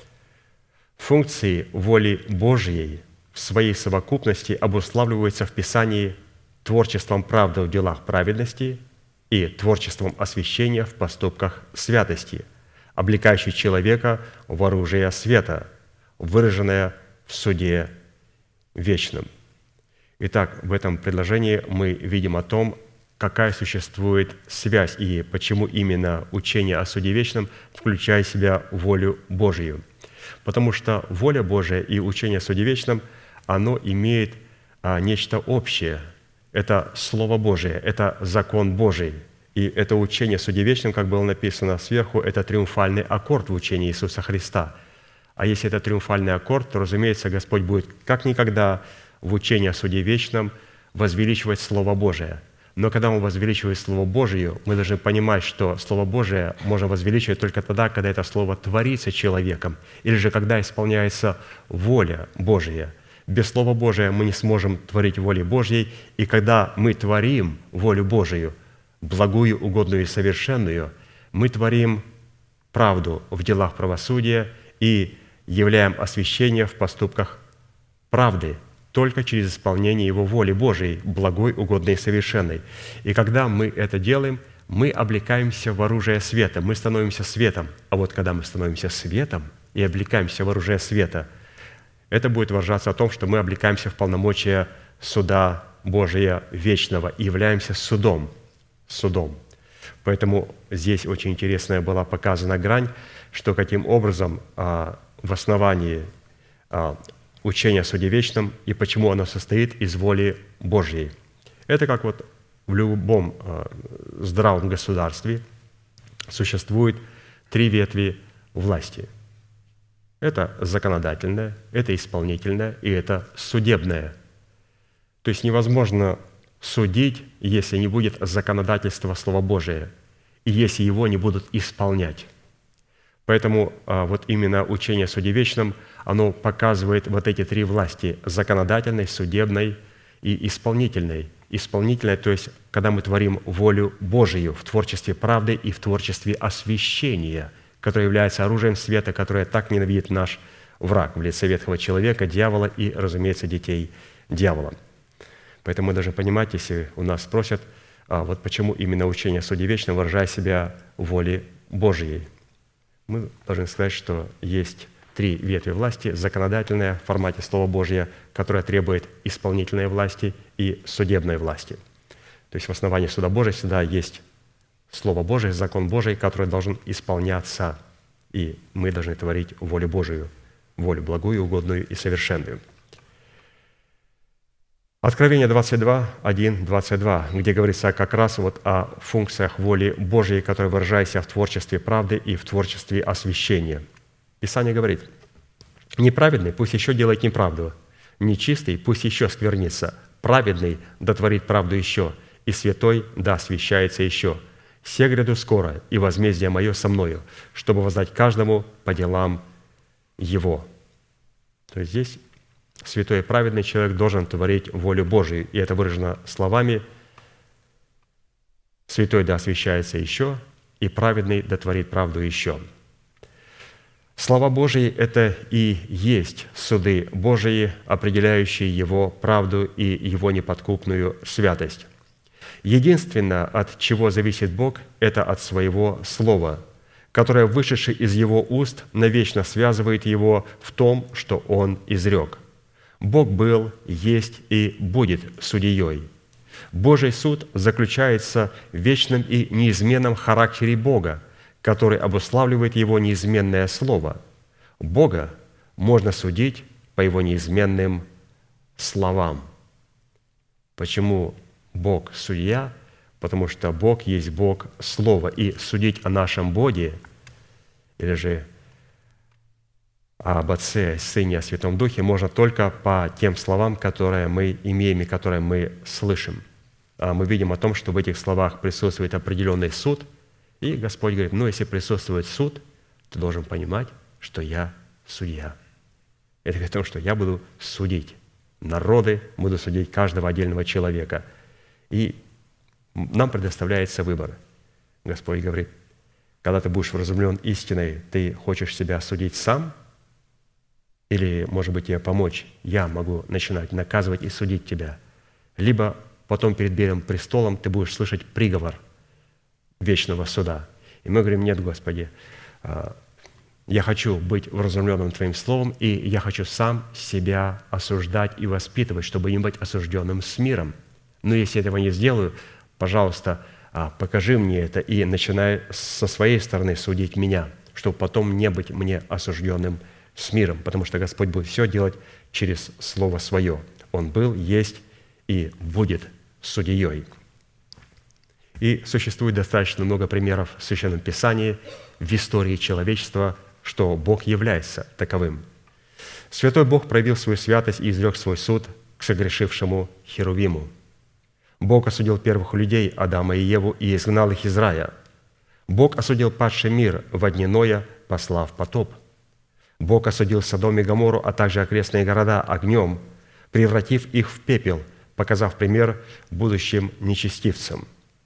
«Функции воли Божьей в своей совокупности обуславливаются в Писании творчеством правды в делах праведности и творчеством освящения в поступках святости, облекающей человека в оружие света, выраженное в суде вечном». Итак, в этом предложении мы видим о том, какая существует связь и почему именно учение о суде вечном включает в себя волю Божию. Потому что воля Божия и учение о суде вечном, оно имеет нечто общее. Это Слово Божие, это закон Божий. И это учение о суде вечном, как было написано сверху, это триумфальный аккорд в учении Иисуса Христа. А если это триумфальный аккорд, то, разумеется, Господь будет как никогда в учении о суде вечном возвеличивать Слово Божие. Но когда мы возвеличиваем Слово Божие, мы должны понимать, что Слово Божие можно возвеличивать только тогда, когда это Слово творится человеком, или же когда исполняется воля Божия. Без Слова Божия мы не сможем творить воли Божьей, и когда мы творим волю Божию, благую, угодную и совершенную, мы творим правду в делах правосудия и являем освящение в поступках правды только через исполнение Его воли Божией, благой, угодной и совершенной. И когда мы это делаем, мы облекаемся в оружие света, мы становимся светом. А вот когда мы становимся светом и облекаемся в оружие света, это будет выражаться о том, что мы облекаемся в полномочия суда Божия вечного и являемся судом. Поэтому здесь очень интересная была показана грань, что каким образом в основании учения о суде вечном и почему оно состоит из воли Божьей. Это как в любом здравом государстве существует три ветви власти. Это законодательная, это исполнительная и это судебная. То есть невозможно судить, если не будет законодательства Слова Божия, и если его не будут исполнять. Поэтому вот именно учение о суде вечном, оно показывает вот эти три власти – законодательной, судебной и исполнительной. Исполнительной, то есть когда мы творим волю Божию в творчестве правды и в творчестве освящения, которое является оружием света, которое так ненавидит наш враг в лице ветхого человека, дьявола и, разумеется, детей дьявола. Поэтому мы должны понимать, если у нас спросят, вот почему именно учение о суде вечном выражает себя в воле Божией. Мы должны сказать, что есть три ветви власти: законодательная в формате Слова Божия, которая требует исполнительной власти, и судебной власти. То есть в основании суда Божия всегда есть Слово Божие, закон Божий, который должен исполняться, и мы должны творить волю Божию, волю благую, угодную и совершенную. Откровение 22, 1, 22, где говорится как раз вот о функциях воли Божией, которая выражается в творчестве правды и в творчестве освящения. Писание говорит: «Неправедный пусть еще делает неправду, нечистый пусть еще сквернится, праведный да творит правду еще, и святой да освящается еще. Се гряду скоро, и возмездие мое со мною, чтобы воздать каждому по делам его». То есть здесь святой и праведный человек должен творить волю Божию, и это выражено словами: «Святой да освящается еще, и праведный да творит правду еще». Слова Божии – это и есть суды Божии, определяющие Его правду и Его неподкупную святость. Единственное, от чего зависит Бог, это от Своего Слова, которое, вышедшее из Его уст, навечно связывает Его в том, что Он изрек. Бог был, есть и будет судьей. Божий суд заключается в вечном и неизменном характере Бога, который обуславливает Его неизменное Слово. Бога можно судить по Его неизменным словам. Почему Бог судья? Потому что Бог есть Бог Слова, и судить о нашем Боге, или же об Отце, Сыне, о Святом Духе можно только по тем словам, которые мы имеем и которые мы слышим. А мы видим о том, что в этих словах присутствует определенный суд, и Господь говорит: если присутствует суд, ты должен понимать, что я судья. Это говорит о том, что я буду судить народы, буду судить каждого отдельного человека. И нам предоставляется выбор. Господь говорит: когда ты будешь вразумлен истиной, ты хочешь себя судить сам? Или, может быть, тебе помочь? Я могу начинать наказывать и судить тебя. Либо потом перед Белым престолом ты будешь слышать приговор вечного суда. И мы говорим: нет, Господи, я хочу быть вразумленным Твоим Словом, и я хочу сам себя осуждать и воспитывать, чтобы не быть осужденным с миром. Но если я этого не сделаю, пожалуйста, покажи мне это и начинай со своей стороны судить меня, чтобы потом не быть мне осужденным с миром, потому что Господь будет все делать через Слово Свое. Он был, есть и будет судьей. И существует достаточно много примеров в Священном Писании, в истории человечества, что Бог является таковым. Святой Бог проявил свою святость и изрек свой суд к согрешившему Херувиму. Бог осудил первых людей, Адама и Еву, и изгнал их из рая. Бог осудил падший мир во дни Ноя, послав потоп. Бог осудил Содом и Гоморру, а также окрестные города огнем, превратив их в пепел, показав пример будущим нечестивцам.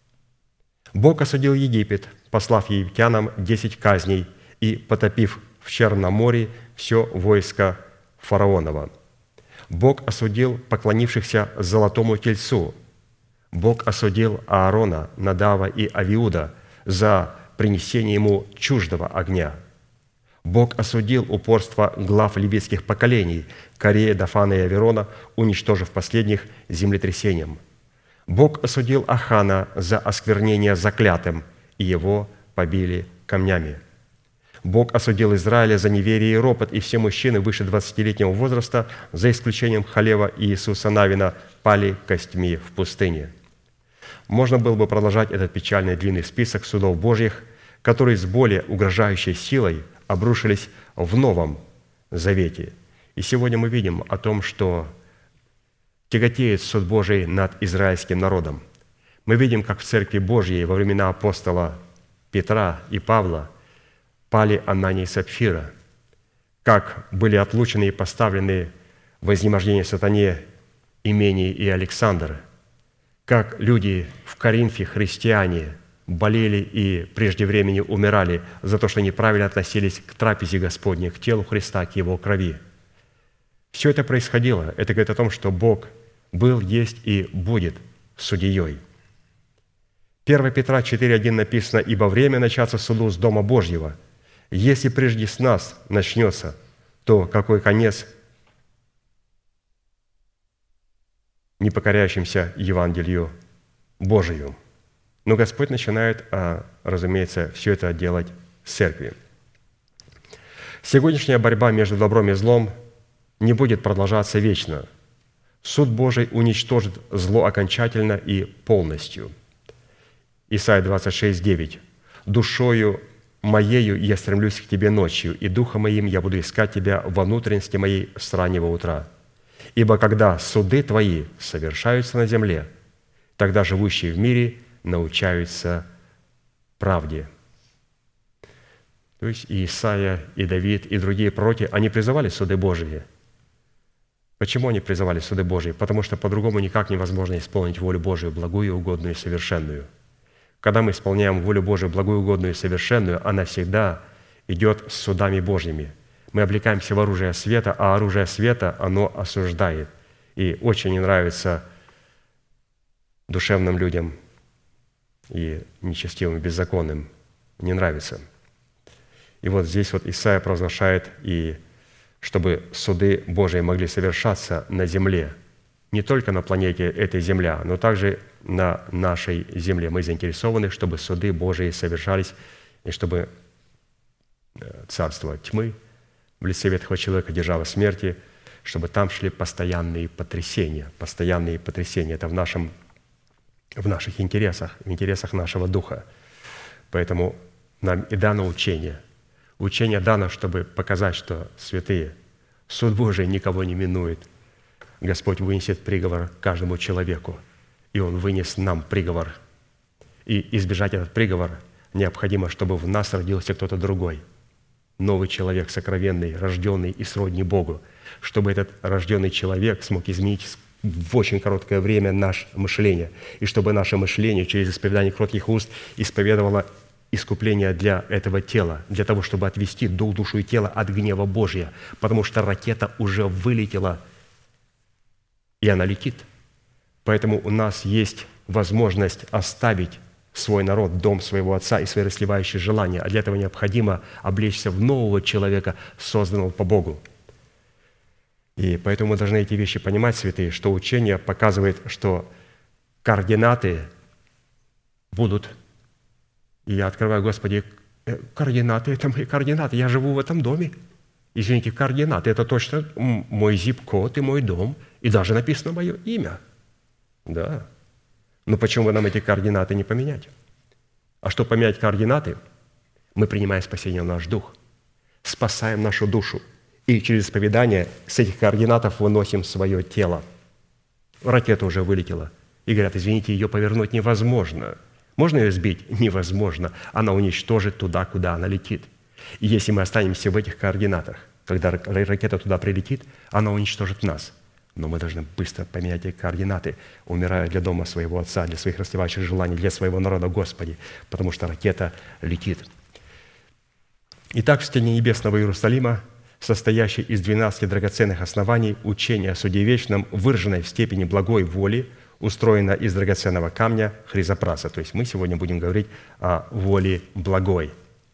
Бог осудил Египет, послав египтянам 10 казней и потопив в Черном море все войско фараонова. Бог осудил поклонившихся золотому тельцу. Бог осудил Аарона, Надава и Авиуда за принесение ему чуждого огня. Бог осудил упорство глав левитских поколений, Корея, Дафана и Аверона, уничтожив последних землетрясением. Бог осудил Ахана за осквернение заклятым, и его побили камнями. Бог осудил Израиля за неверие и ропот, и все мужчины выше 20-летнего возраста, за исключением Халева и Иисуса Навина, пали костьми в пустыне. Можно было бы продолжать этот печальный длинный список судов Божьих, которые с более угрожающей силой обрушились в Новом Завете. И сегодня мы видим о том, что тяготеет суд Божий над израильским народом. Мы видим, как в Церкви Божьей во времена апостола Петра и Павла пали Анания и Сапфира, как были отлучены и поставлены в изнемождение сатане Имений и Александр, как люди в Коринфе, христиане, болели и прежде времени умирали за то, что неправильно относились к трапезе Господней, к телу Христа, к Его крови. Все это происходило. Это говорит о том, что Бог был, есть и будет судьей. 1 Петра 4,1 написано: «Ибо время начаться суду с Дома Божьего. Если прежде с нас начнется, то какой конец непокоряющимся Евангелию Божию?» Но Господь начинает, разумеется, все это делать в церкви. Сегодняшняя борьба между добром и злом не будет продолжаться вечно. Суд Божий уничтожит зло окончательно и полностью. Исайя 26:9. «Душою моею я стремлюсь к тебе ночью, и духом моим я буду искать тебя во внутренности моей с раннего утра. Ибо когда суды твои совершаются на земле, тогда живущие в мире научаются правде». То есть и Исаия, и Давид, и другие пророки, они призывали суды Божьи. Почему они призывали суды Божьи? Потому что по-другому никак невозможно исполнить волю Божию, благую, угодную и совершенную. Когда мы исполняем волю Божию, благую, угодную и совершенную, она всегда идет с судами Божьими. Мы облекаемся в оружие света, а оружие света, оно осуждает. И очень не нравится душевным людям и нечестивым, беззаконным. Не нравится. И вот здесь вот Исаия провозглашает, и чтобы суды Божии могли совершаться на земле, не только на планете этой Земля, но также на нашей земле. Мы заинтересованы, чтобы суды Божии совершались, и чтобы царство тьмы в лице ветхого человека, держава смерти, чтобы там шли постоянные потрясения. Постоянные потрясения – это в наших интересах, в интересах нашего духа. Поэтому нам и дано учение. Учение дано, чтобы показать, что, святые, суд Божий никого не минует. Господь вынесет приговор каждому человеку, и Он вынес нам приговор. И избежать этот приговор необходимо, чтобы в нас родился кто-то другой, новый человек, сокровенный, рожденный и сродни Богу, чтобы этот рожденный человек смог изменить в очень короткое время наше мышление, и чтобы наше мышление через исповедание кротких уст исповедовало искупление для этого тела, для того, чтобы отвести дух, душу и тело от гнева Божия, потому что ракета уже вылетела, и она летит. Поэтому у нас есть возможность оставить свой народ, дом своего отца и свои расливающие желания, а для этого необходимо облечься в нового человека, созданного по Богу. И поэтому мы должны эти вещи понимать, святые, что учение показывает, что координаты будут. И я открываю: Господи, координаты – это мои координаты, я живу в этом доме. Извините, координаты – это точно мой зип-код и мой дом, и даже написано мое имя. Да. Но почему бы нам эти координаты не поменять? А чтобы поменять координаты, мы принимаем спасение в наш дух, спасаем нашу душу, и через исповедание с этих координатов выносим свое тело. Ракета уже вылетела. И говорят: извините, ее повернуть невозможно. Можно ее сбить? Невозможно. Она уничтожит туда, куда она летит. И если мы останемся в этих координатах, когда ракета туда прилетит, она уничтожит нас. Но мы должны быстро поменять эти координаты, умирая для дома своего Отца, для своих расливающих желаний, для своего народа, Господи, потому что ракета летит. Итак, в стене небесного Иерусалима, состоящей из 12 драгоценных оснований, учение о суде вечном, выраженное в степени благой воли, устроено из драгоценного камня хризопраса. То есть мы сегодня будем говорить о воле благой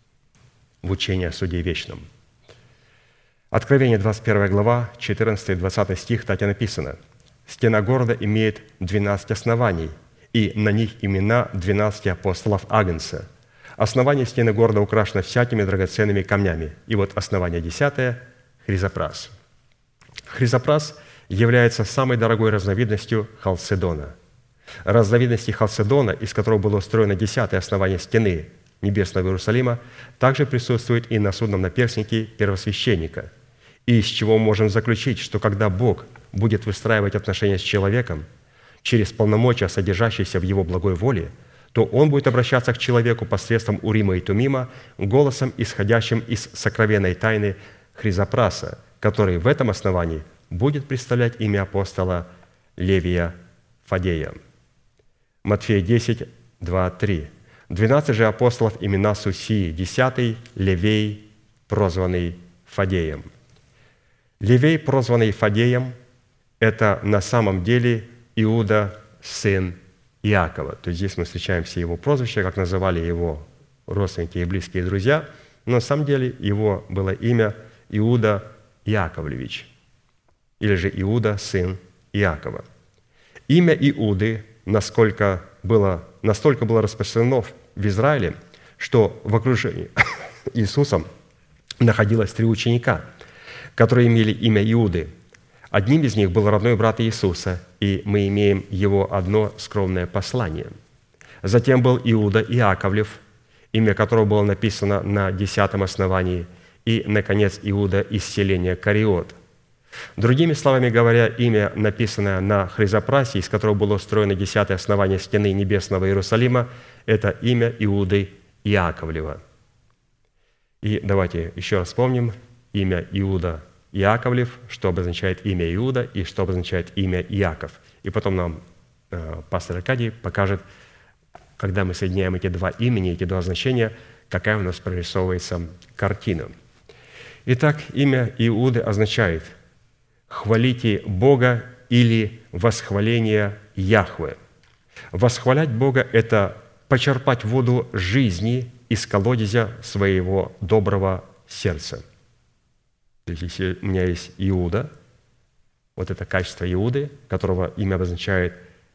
в учении о суде вечном. Откровение, 21 глава, 14-20 стих, так и написано: «Стена города имеет 12 оснований, и на них имена 12 апостолов Агнца. Основание стены города украшено всякими драгоценными камнями». И вот основание 10 – хризопрас. Хризопрас является самой дорогой разновидностью халцедона. Разновидности халцедона, из которого было устроено 10-е основание стены Небесного Иерусалима, также присутствует и на судном наперстнике первосвященника, и из чего мы можем заключить, что когда Бог будет выстраивать отношения с человеком через полномочия, содержащиеся в Его благой воле, то Он будет обращаться к человеку посредством Урима и Тумима голосом, исходящим из сокровенной тайны Хризопраса, который в этом основании будет представлять имя апостола Левия Фадея. Матфея 10, 2, 3. 12 же апостолов имена Сусии, 10 Левей, прозванный Фадеем. Левей, прозванный Фадеем, это на самом деле Иуда, сын Иакова. То есть здесь мы встречаем все его прозвища, как называли его родственники и близкие друзья, но на самом деле его было имя Иуда Иаковлевич, или же Иуда, сын Иакова. Имя Иуды настолько было распространено в Израиле, что в окружении Иисуса находилось 3 ученика, которые имели имя Иуды. Одним из них был родной брат Иисуса, и мы имеем его одно скромное послание. Затем был Иуда Иаковлев, имя которого было написано на 10-м основании, и, наконец, Иуда из селения Кариот. Другими словами говоря, имя, написанное на Хризопрасе, из которого было устроено 10-е основание стены Небесного Иерусалима, это имя Иуды Иаковлева. И давайте еще раз вспомним имя Иуда Иаковлев, что обозначает имя Иуда и что обозначает имя Иаков. И потом нам пастор Аркадий покажет, когда мы соединяем эти два имени, эти два значения, какая у нас прорисовывается картина. Итак, имя Иуды означает «хвалите Бога» или «восхваление Яхве». Восхвалять Бога – это почерпать воду жизни из колодезя своего доброго сердца. То есть, если у меня есть Иуда, вот это качество Иуды, которого имя обозначает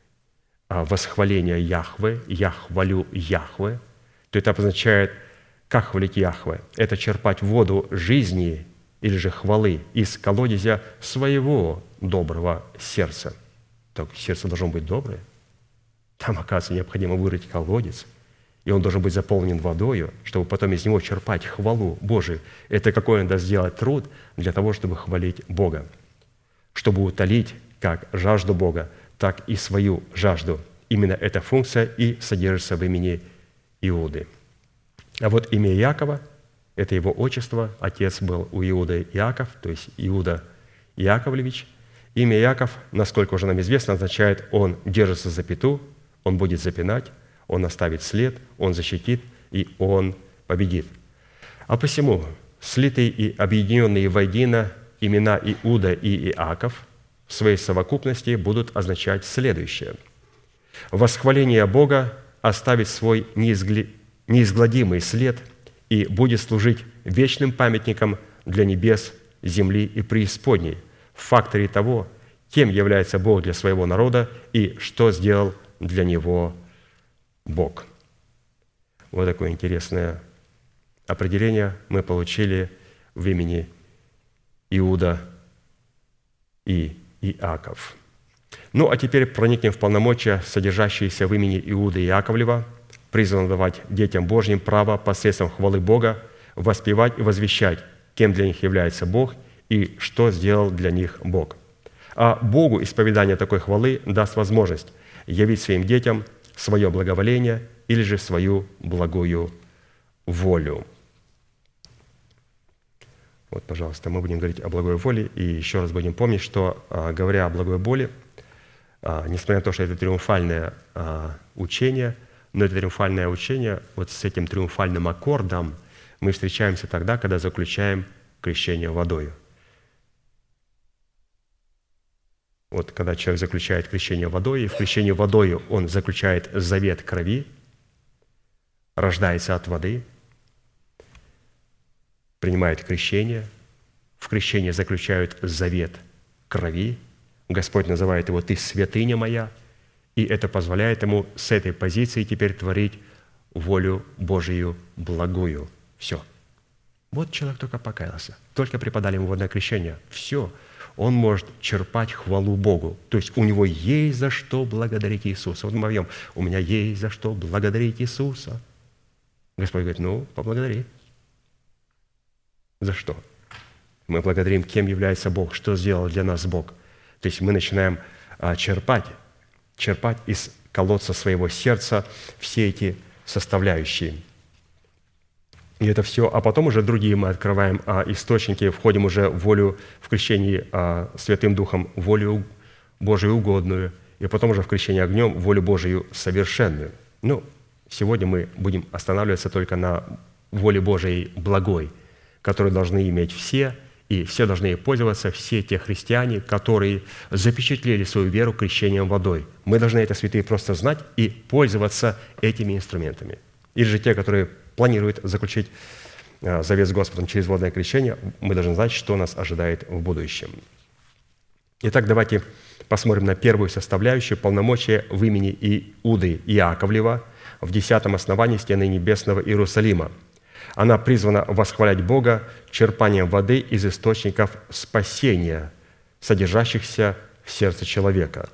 восхваление Яхве, «я хвалю Яхве», то это обозначает, как хвалить Яхве? Это черпать воду жизни или же хвалы из колодезя своего доброго сердца. Так сердце должно быть доброе. Там, оказывается, необходимо вырыть колодец, и он должен быть заполнен водою, чтобы потом из него черпать хвалу Божию. Это какой надо сделать труд для того, чтобы хвалить Бога, чтобы утолить как жажду Бога, так и свою жажду. Именно эта функция и содержится в имени Иуды. А вот имя Иакова – это его отчество. Отец был у Иуды Иаков, то есть Иуда Иаковлевич. Имя Иаков, насколько уже нам известно, означает «он держится за пяту», «он будет запинать», «он оставит след», «он защитит» и «он победит». А посему слитые и объединенные воедино имена Иуда и Иаков в своей совокупности будут означать следующее. Восхваление Бога оставит свой неизгладимый след и будет служить вечным памятником для небес, земли и преисподней в факторе того, кем является Бог для своего народа и что сделал для него Бог. Вот такое интересное определение мы получили в имени Иуда и Иаков. Ну, а теперь проникнем в полномочия, содержащиеся в имени Иуды Иаковлева, призван давать детям Божьим право посредством хвалы Бога воспевать и возвещать, кем для них является Бог и что сделал для них Бог. А Богу исповедание такой хвалы даст возможность явить своим детям свое благоволение или же свою благую волю. Вот, пожалуйста, мы будем говорить о благой воле, и еще раз будем помнить, что, говоря о благой воле, несмотря на то, что это триумфальное учение, но это триумфальное учение, вот с этим триумфальным аккордом мы встречаемся тогда, когда заключаем крещение водою. Вот когда человек заключает крещение водой, и в крещении водою он заключает завет крови, рождается от воды, принимает крещение, в крещении заключают завет крови, Господь называет его «Ты святыня моя», и это позволяет ему с этой позиции теперь творить волю Божию благую. Все. Вот человек только покаялся, только преподали ему водное крещение. Все. он может черпать хвалу Богу. То есть у него есть за что благодарить Иисуса. Вот мы поем: «У меня есть за что благодарить Иисуса». Господь говорит: ну, поблагодари. За что? Мы благодарим, кем является Бог, что сделал для нас Бог. То есть мы начинаем черпать из колодца своего сердца все эти составляющие. И это все, а потом уже другие мы открываем источники, входим уже в волю в крещении Святым Духом, волю Божию угодную, и потом уже в крещении огнем волю Божию совершенную. Ну, сегодня мы будем останавливаться только на воле Божией благой, которую должны иметь все, и все должны ей пользоваться, все те христиане, которые запечатлели свою веру крещением водой. Мы должны это, святые, просто знать и пользоваться этими инструментами. Или же те, которые планируют заключить завет с Господом через водное крещение, мы должны знать, что нас ожидает в будущем. Итак, давайте посмотрим на первую составляющую полномочия в имени Иуды Иаковлева в 10 основании стены небесного Иерусалима. Она призвана восхвалять Бога черпанием воды из источников спасения, содержащихся в сердце человека.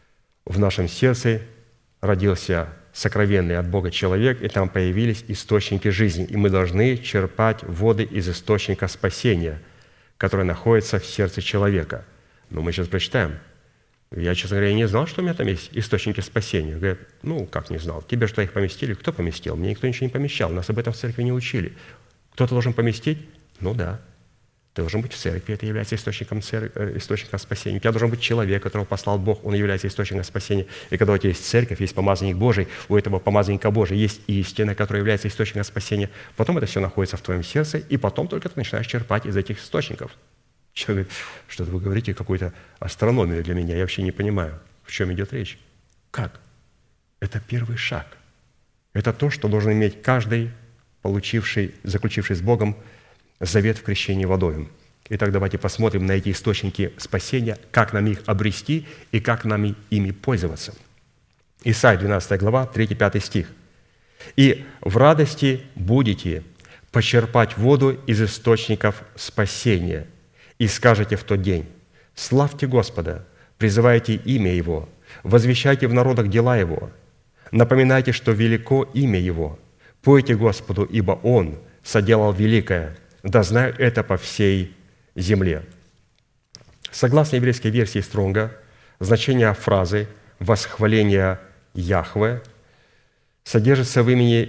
В нашем сердце родился сокровенный от Бога человек, и там появились источники жизни. И мы должны черпать воды из источника спасения, который находится в сердце человека. Но мы сейчас прочитаем. Я, честно говоря, не знал, что у меня там есть источники спасения. Говорят: ну, как не знал? Тебе что, их поместили? Кто поместил? Мне никто ничего не помещал. Нас об этом в церкви не учили. Кто-то должен поместить? Ну да. Ты должен быть в церкви, это является источником спасения. У тебя должен быть человек, которого послал Бог, он является источником спасения. И когда у тебя есть церковь, есть помазанник Божий, у этого помазанника Божия есть истина, которая является источником спасения. Потом это все находится в твоем сердце, и потом только ты начинаешь черпать из этих источников. Человек говорит: что-то вы говорите, какую-то астрономию для меня, я вообще не понимаю, в чем идет речь. Как? Это первый шаг. Это то, что должен иметь каждый, заключивший с Богом завет в крещении водою. Итак, давайте посмотрим на эти источники спасения, как нам их обрести и как нам ими пользоваться. Исайя 12 глава, 3-5 стих. «И в радости будете почерпать воду из источников спасения, и скажете в тот день: славьте Господа, призывайте имя Его, возвещайте в народах дела Его, напоминайте, что велико имя Его, пойте Господу, ибо Он соделал великое, да знаю это по всей земле». Согласно еврейской версии Стронга, значение фразы «восхваление Яхве» содержащееся в имени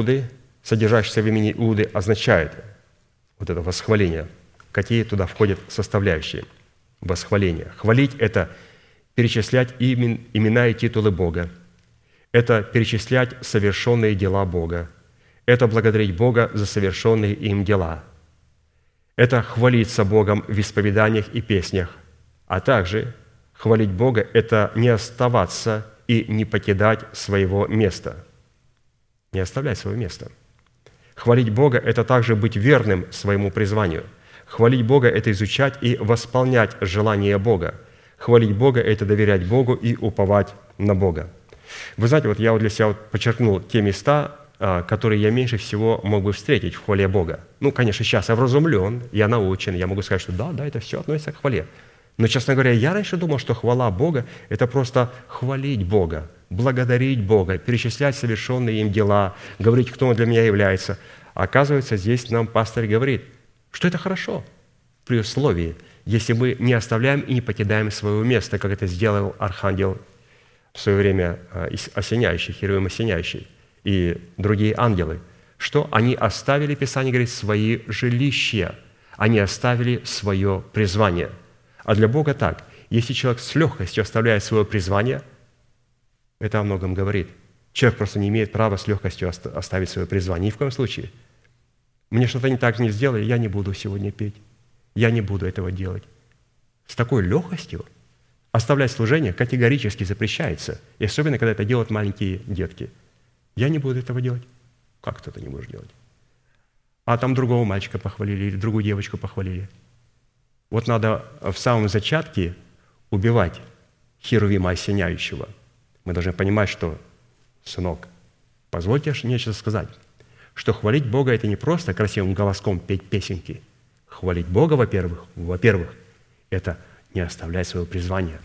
Иуды, означает вот это восхваление. Какие туда входят составляющие восхваления? Хвалить – это перечислять имена и титулы Бога. Это перечислять совершенные дела Бога. Это благодарить Бога за совершенные им дела. Это хвалиться Богом в исповеданиях и песнях. А также хвалить Бога – это не оставаться и не покидать своего места. Не оставлять свое место. Хвалить Бога – это также быть верным своему призванию. Хвалить Бога – это изучать и восполнять желания Бога. Хвалить Бога – это доверять Богу и уповать на Бога. Вы знаете, вот я для себя подчеркнул те места, которые я меньше всего мог бы встретить в хвале Бога. Ну, конечно, сейчас я вразумлен, я научен, я могу сказать, что да, это все относится к хвале. Но, честно говоря, я раньше думал, что хвала Бога – это просто хвалить Бога, благодарить Бога, перечислять совершенные им дела, говорить, кто Он для меня является. А оказывается, здесь нам пастор говорит, что это хорошо при условии, если мы не оставляем и не покидаем своего места, как это сделал архангел в свое время осеняющий, Херувим осеняющий, и другие ангелы, что они оставили, Писание говорит, свои жилища, они оставили свое призвание. А для Бога так, если человек с легкостью оставляет свое призвание, это о многом говорит. Человек просто не имеет права с легкостью оставить свое призвание. Ни в коем случае. Мне что-то не так не сделали, я не буду сегодня петь. Я не буду этого делать. С такой легкостью оставлять служение категорически запрещается. И особенно, когда это делают маленькие детки. Я не буду этого делать. Как ты это не будешь делать? А там другого мальчика похвалили или другую девочку похвалили. Вот надо в самом зачатке убивать Херувима осеняющего. Мы должны понимать, что, сынок, позвольте нечто сказать, что хвалить Бога – это не просто красивым голоском петь песенки. Хвалить Бога, во-первых, это не оставлять своего призвания.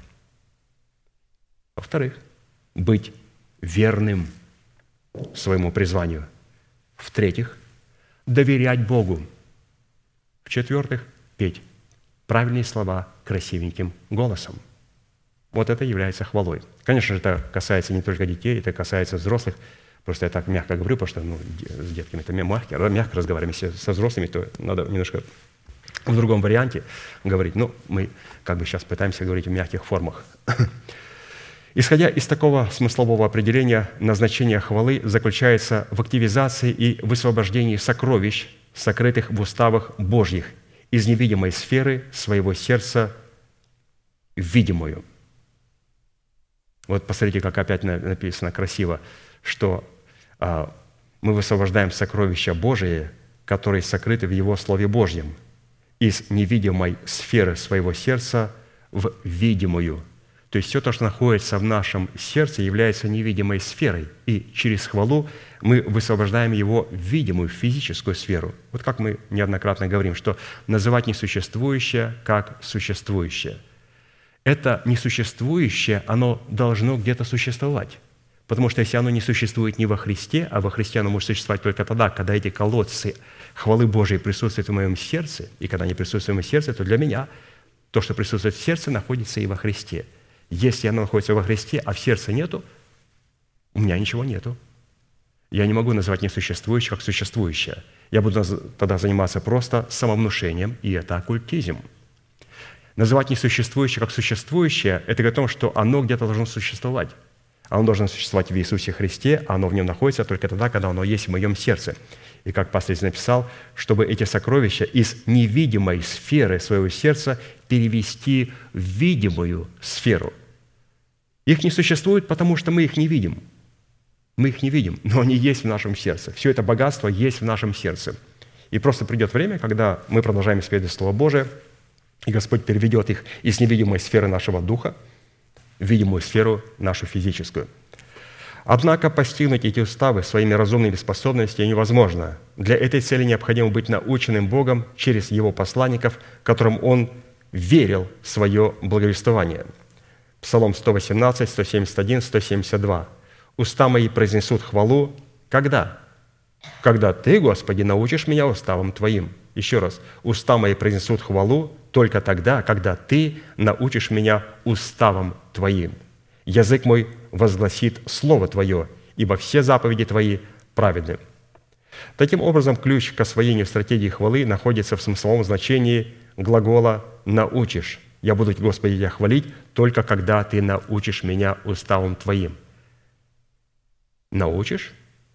Во-вторых, быть верным своему призванию. В-третьих, доверять Богу. В-четвертых, петь правильные слова красивеньким голосом. Вот это является хвалой. Конечно же, это касается не только детей, это касается взрослых. Просто я так мягко говорю, потому что с детками это мягко разговариваем. Если со взрослыми, то надо немножко в другом варианте говорить. Но мы сейчас пытаемся говорить в мягких формах. Исходя из такого смыслового определения, назначение хвалы заключается в активизации и высвобождении сокровищ, сокрытых в уставах Божьих, из невидимой сферы своего сердца в видимую. Вот посмотрите, как опять написано красиво, что мы высвобождаем сокровища Божии, которые сокрыты в Его Слове Божьем, из невидимой сферы своего сердца в видимую. То есть все то, что находится в нашем сердце, является невидимой сферой, и через хвалу мы высвобождаем его в видимую, в физическую сферу. Вот как мы неоднократно говорим, что называть несуществующее как существующее. Это несуществующее, оно должно где-то существовать. Потому что если оно не существует не во Христе, а во Христе оно может существовать только тогда, когда эти колодцы хвалы Божией присутствуют в моем сердце, и когда они присутствуют в моем сердце, то для меня то, что присутствует в сердце, находится и во Христе. Если оно находится во Христе, а в сердце нету, у меня ничего нету. Я не могу назвать несуществующее как существующее. Я буду тогда заниматься просто самовнушением, и это оккультизм. Называть несуществующее как существующее – это говорит о том, что оно где-то должно существовать. Оно должно существовать в Иисусе Христе, а оно в нем находится только тогда, когда оно есть в моем сердце. И как пастор написал, чтобы эти сокровища из невидимой сферы своего сердца перевести в видимую сферу. Их не существует, потому что мы их не видим. Мы их не видим, но они есть в нашем сердце. Все это богатство есть в нашем сердце. И просто придет время, когда мы продолжаем исповедовать Слово Божие, и Господь переведет их из невидимой сферы нашего духа в видимую сферу нашу физическую. Однако постигнуть эти уставы своими разумными способностями невозможно. Для этой цели необходимо быть наученным Богом через Его посланников, которым Он верил в свое благовествование. Псалом 118, 171, 172. «Уста мои произнесут хвалу». Когда? «Когда Ты, Господи, научишь меня уставам Твоим». Еще раз. «Уста мои произнесут хвалу только тогда, когда Ты научишь меня уставам Твоим. Язык мой возгласит Слово Твое, ибо все заповеди Твои праведны». Таким образом, ключ к освоению стратегии хвалы находится в смысловом значении глагола «научишь». «Я буду, Господи, Тебя хвалить, только когда Ты научишь меня уставам Твоим». Научишь?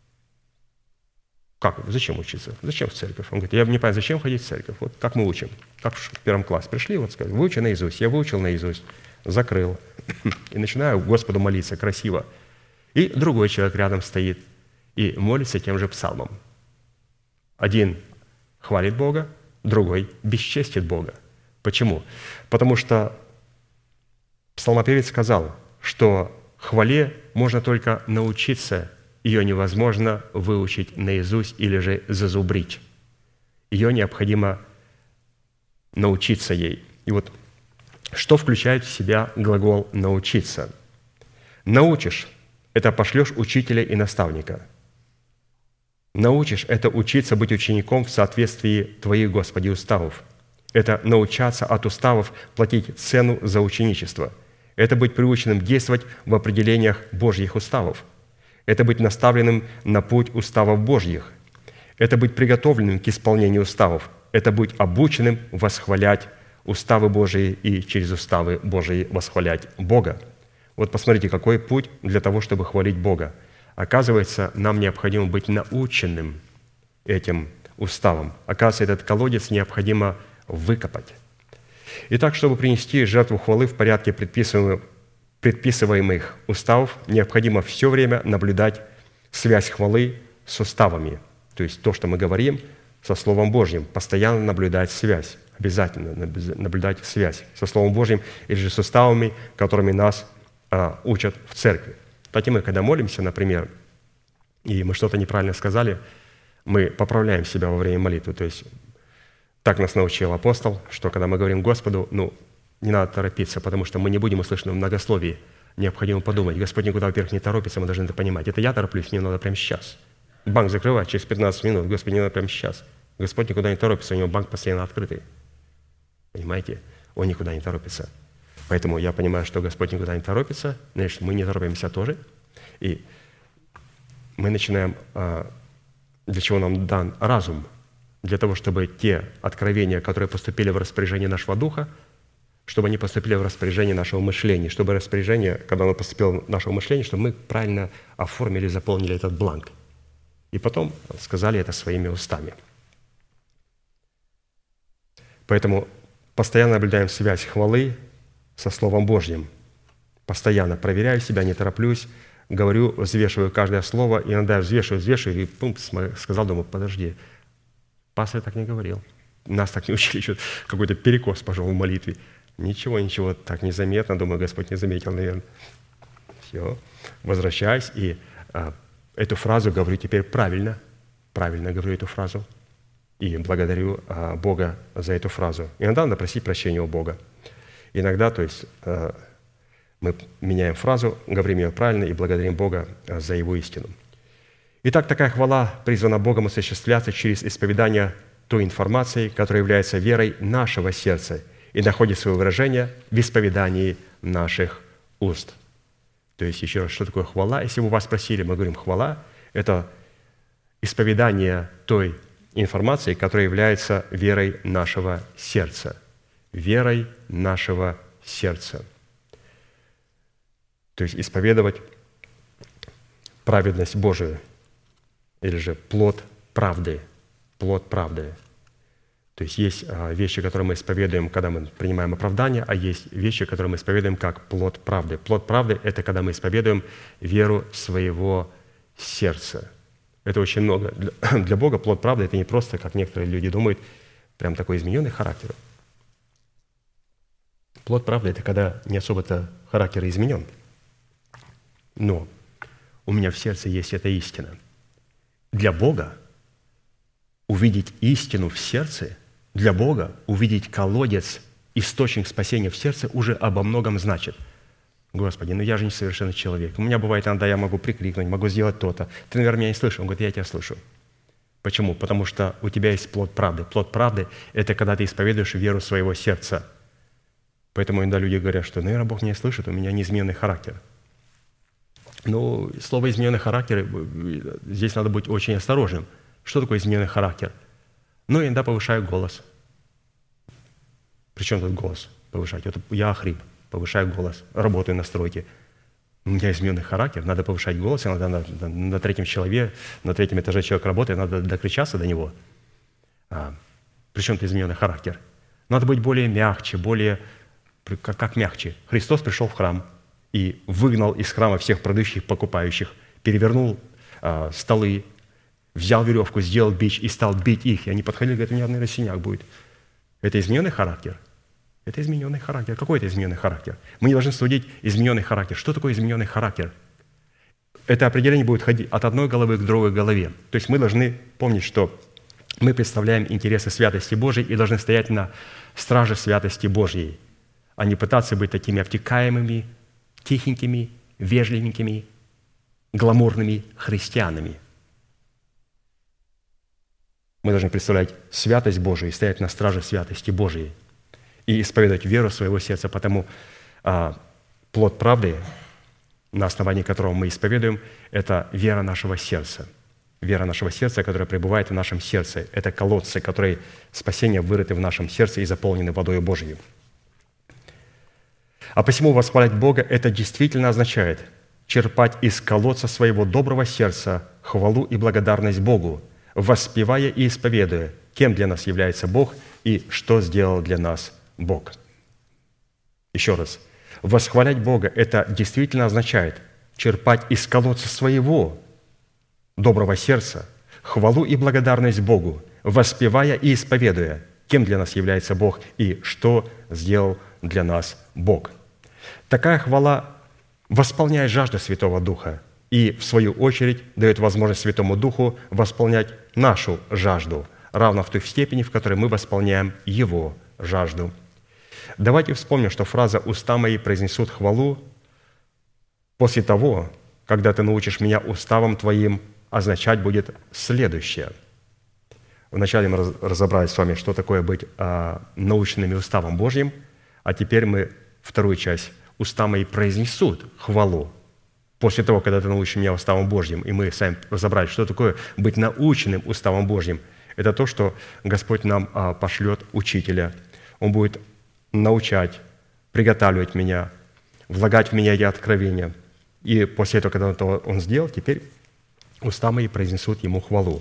Как? Зачем учиться? Зачем в церковь? Он говорит, я не понимаю, зачем ходить в церковь? Вот как мы учим. Как в первом классе пришли, вот сказали, выучи наизусть. Я выучил наизусть, закрыл. И начинаю Господу молиться красиво. И другой человек рядом стоит и молится тем же псалмом. Один хвалит Бога, другой бесчестит Бога. Почему? Потому что псалмопевец сказал, что хвале можно только научиться, ее невозможно выучить наизусть или же зазубрить. Ее необходимо научиться ей. И вот что включает в себя глагол «научиться»? «Научишь» – это пошлешь учителя и наставника. «Научишь» – это учиться быть учеником в соответствии Твоих, Господи, уставов. Это научаться от уставов платить цену за ученичество. Это быть приученным действовать в определениях Божьих уставов. Это быть наставленным на путь уставов Божьих. Это быть приготовленным к исполнению уставов. Это быть обученным восхвалять уставы Божии и через уставы Божии восхвалять Бога. Вот посмотрите, какой путь для того, чтобы хвалить Бога. Оказывается, нам необходимо быть наученным этим уставом. Оказывается, этот колодец необходимо выкопать. Итак, чтобы принести жертву хвалы в порядке предписываемых уставов, необходимо все время наблюдать связь хвалы с уставами. То есть то, что мы говорим, со Словом Божьим. Постоянно наблюдать связь. Обязательно наблюдать связь со Словом Божьим или же с уставами, которыми нас учат в церкви. Кстати, мы, когда молимся, например, и мы что-то неправильно сказали, мы поправляем себя во время молитвы. То есть так нас научил апостол, что когда мы говорим Господу, Не надо торопиться, потому что мы не будем услышаны в многословии. Необходимо подумать. Господь никуда, во-первых, не торопится, мы должны это понимать. Это я тороплюсь, мне надо прямо сейчас. Банк закрывать через 15 минут. Господь, мне надо прямо сейчас. Господь никуда не торопится, у него банк постоянно открытый. Понимаете? Он никуда не торопится. Поэтому я понимаю, что Господь никуда не торопится, значит, мы не торопимся тоже. И мы начинаем, для чего нам дан разум, для того, чтобы те откровения, которые поступили в распоряжение нашего духа, чтобы они поступили в распоряжение нашего мышления, чтобы распоряжение, когда оно поступило в наше мышление, чтобы мы правильно оформили, заполнили этот бланк. И потом сказали это своими устами. Поэтому постоянно наблюдаем связь хвалы со Словом Божьим. Постоянно проверяю себя, не тороплюсь, говорю, взвешиваю каждое слово, иногда взвешиваю, и пум, сказал, думаю, подожди, пастор так не говорил. Нас так не учили, что какой-то перекос пошел в молитве. Ничего, так незаметно, думаю, Господь не заметил, наверное. Все, возвращаюсь, и эту фразу говорю теперь правильно говорю эту фразу, и благодарю Бога за эту фразу. Иногда надо просить прощения у Бога. Иногда, то есть, мы меняем фразу, говорим ее правильно и благодарим Бога за Его истину. Итак, такая хвала призвана Богом осуществляться через исповедание той информации, которая является верой нашего сердца и находит свое выражение в исповедании наших уст. То есть, еще раз, что такое хвала? Если вы вас спросили, мы говорим, хвала – это исповедание той информации, которая является верой нашего сердца. Верой нашего сердца. То есть исповедовать праведность Божию, или же плод правды. Плод правды. То есть есть вещи, которые мы исповедуем, когда мы принимаем оправдание, а есть вещи, которые мы исповедуем как плод правды. Плод правды – это когда мы исповедуем веру своего сердца. Это очень много. Для Бога плод правды – это не просто, как некоторые люди думают, прям такой измененный характер. Плод правды – это когда не особо-то характер изменен. Но у меня в сердце есть эта истина. Для Бога увидеть истину в сердце, для Бога увидеть колодец, источник спасения в сердце уже обо многом значит. Господи, я же несовершенный человек. У меня бывает иногда, я могу прикрикнуть, могу сделать то-то. Ты, наверное, меня не слышишь. Он говорит, я тебя слышу. Почему? Потому что у тебя есть плод правды. Плод правды – это когда ты исповедуешь веру своего сердца. Поэтому иногда люди говорят, что, наверное, Бог меня слышит, у меня неизменный характер. Но слово «измененный характер» здесь надо быть очень осторожным. Что такое измененный характер? Иногда повышаю голос. Причем тут голос повышать? Вот я охрип, повышаю голос, работаю на стройке. У меня измененный характер, надо повышать голос, иногда на третьем этаже человек работает, надо докричаться до него. Причем тут измененный характер? Надо быть более мягче, как мягче. Христос пришел в храм и выгнал из храма всех продающих, покупающих, перевернул столы, взял веревку, сделал бич и стал бить их. И они подходили и говорят, у меня, наверное, синяк будет. Это измененный характер? Это измененный характер. Какой это измененный характер? Мы не должны судить измененный характер. Что такое измененный характер? Это определение будет ходить от одной головы к другой голове. То есть мы должны помнить, что мы представляем интересы святости Божьей и должны стоять на страже святости Божьей, а не пытаться быть такими обтекаемыми, тихенькими, вежливенькими, гламурными христианами. Мы должны представлять святость Божию и стоять на страже святости Божией и исповедовать веру своего сердца. Потому плод правды, на основании которого мы исповедуем, это вера нашего сердца. Вера нашего сердца, которая пребывает в нашем сердце. Это колодцы, которые спасения вырыты в нашем сердце и заполнены водой Божией. А посему восхвалять Бога – это действительно означает черпать из колодца своего доброго сердца хвалу и благодарность Богу, воспевая и исповедуя, кем для нас является Бог и что сделал для нас Бог. Еще раз. Восхвалять Бога – это действительно означает черпать из колодца своего доброго сердца хвалу и благодарность Богу, воспевая и исповедуя, кем для нас является Бог и что сделал для нас Бог. Такая хвала восполняет жажду Святого Духа и, в свою очередь, дает возможность Святому Духу восполнять нашу жажду, равно в той степени, в которой мы восполняем Его жажду. Давайте вспомним, что фраза «уста мои произнесут хвалу» после того, когда ты научишь меня уставам твоим, означать будет следующее. Вначале мы разобрались с вами, что такое быть наученными уставом Божьим, а теперь мы вторую часть «уста мои произнесут хвалу». После того, когда ты научишь меня уставам Божьим, и мы сами разобрались, что такое быть наученным уставом Божьим, это то, что Господь нам пошлет учителя. Он будет научать, приготавливать меня, влагать в меня эти откровения. И после этого, когда Он сделал, теперь уста мои произнесут Ему хвалу.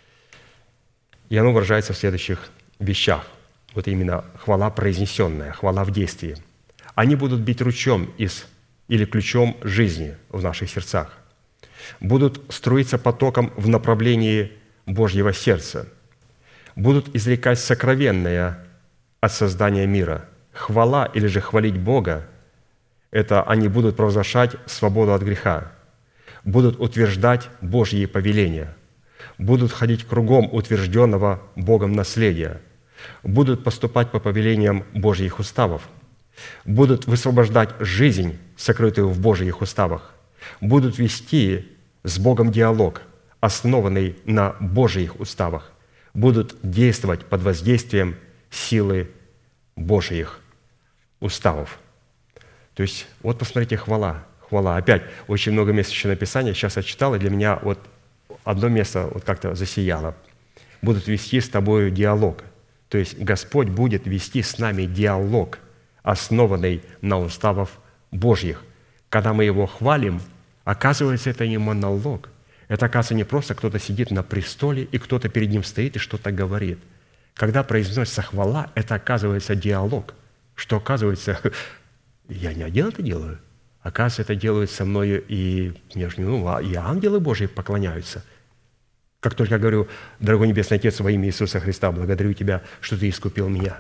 И оно выражается в следующих вещах. Вот именно хвала произнесенная, хвала в действии. Они будут бить ручьем или ключом жизни в наших сердцах. Будут струиться потоком в направлении Божьего сердца. Будут изрекать сокровенное от создания мира. Хвала или же хвалить Бога – это они будут провозглашать свободу от греха. Будут утверждать Божьи повеления. Будут ходить кругом утвержденного Богом наследия. Будут поступать по повелениям Божьих уставов. Будут высвобождать жизнь, сокрытую в Божьих уставах. Будут вести с Богом диалог, основанный на Божьих уставах. Будут действовать под воздействием силы Божьих уставов. То есть, вот посмотрите, хвала. Хвала. Опять, очень много мест еще написания. Сейчас я читал, и для меня вот одно место вот как-то засияло. Будут вести с тобою диалог. То есть, Господь будет вести с нами диалог, основанный на уставах Божьих. Когда мы Его хвалим, оказывается, это не монолог. Это, оказывается, не просто кто-то сидит на престоле, и кто-то перед ним стоит и что-то говорит. Когда произносится хвала, это, оказывается, диалог. Что, оказывается, я не один это делаю. Оказывается, это делают со мною и ангелы Божьи поклоняются. Как только я говорю: «Дорогой Небесный Отец, во имя Иисуса Христа, благодарю Тебя, что Ты искупил меня».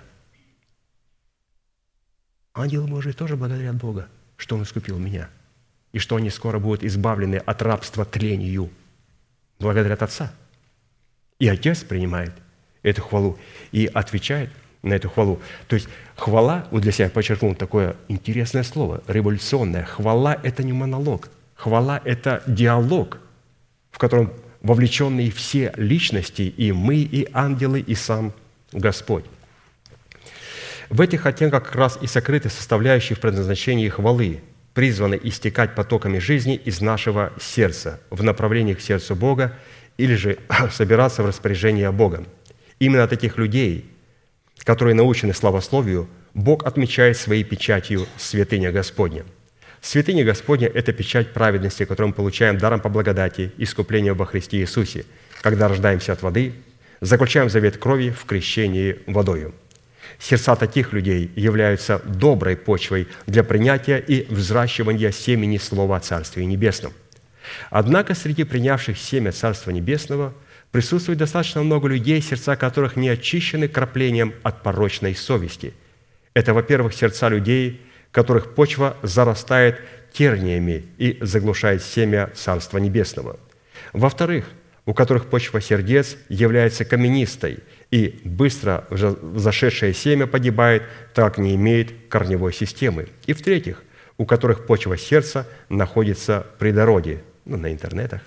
Ангелы Божьи тоже благодарят Бога, что Он искупил меня, и что они скоро будут избавлены от рабства тлению. Благодарят Отца. И Отец принимает эту хвалу и отвечает на эту хвалу. То есть хвала, вот для себя подчеркнул такое интересное слово, революционное. Хвала – это не монолог. Хвала – это диалог, в котором вовлечены все личности, и мы, и ангелы, и сам Господь. В этих оттенках как раз и сокрыты составляющие в предназначении хвалы, призваны истекать потоками жизни из нашего сердца в направлении к сердцу Бога или же собираться в распоряжение Бога. Именно таких людей, которые научены славословию, Бог отмечает своей печатью святыня Господня. Святыня Господня – это печать праведности, которую мы получаем даром по благодати, искупления во Христе Иисусе, когда рождаемся от воды, заключаем завет крови в крещении водою. Сердца таких людей являются доброй почвой для принятия и взращивания семени Слова о Царстве Небесном. Однако среди принявших семя Царства Небесного присутствует достаточно много людей, сердца которых не очищены краплением от порочной совести. Это, во-первых, сердца людей, которых почва зарастает терниями и заглушает семя Царства Небесного. Во-вторых, у которых почва сердец является каменистой, и быстро взошедшее семя погибает, так не имеет корневой системы. И в-третьих, у которых почва сердца находится при дороге, на интернетах,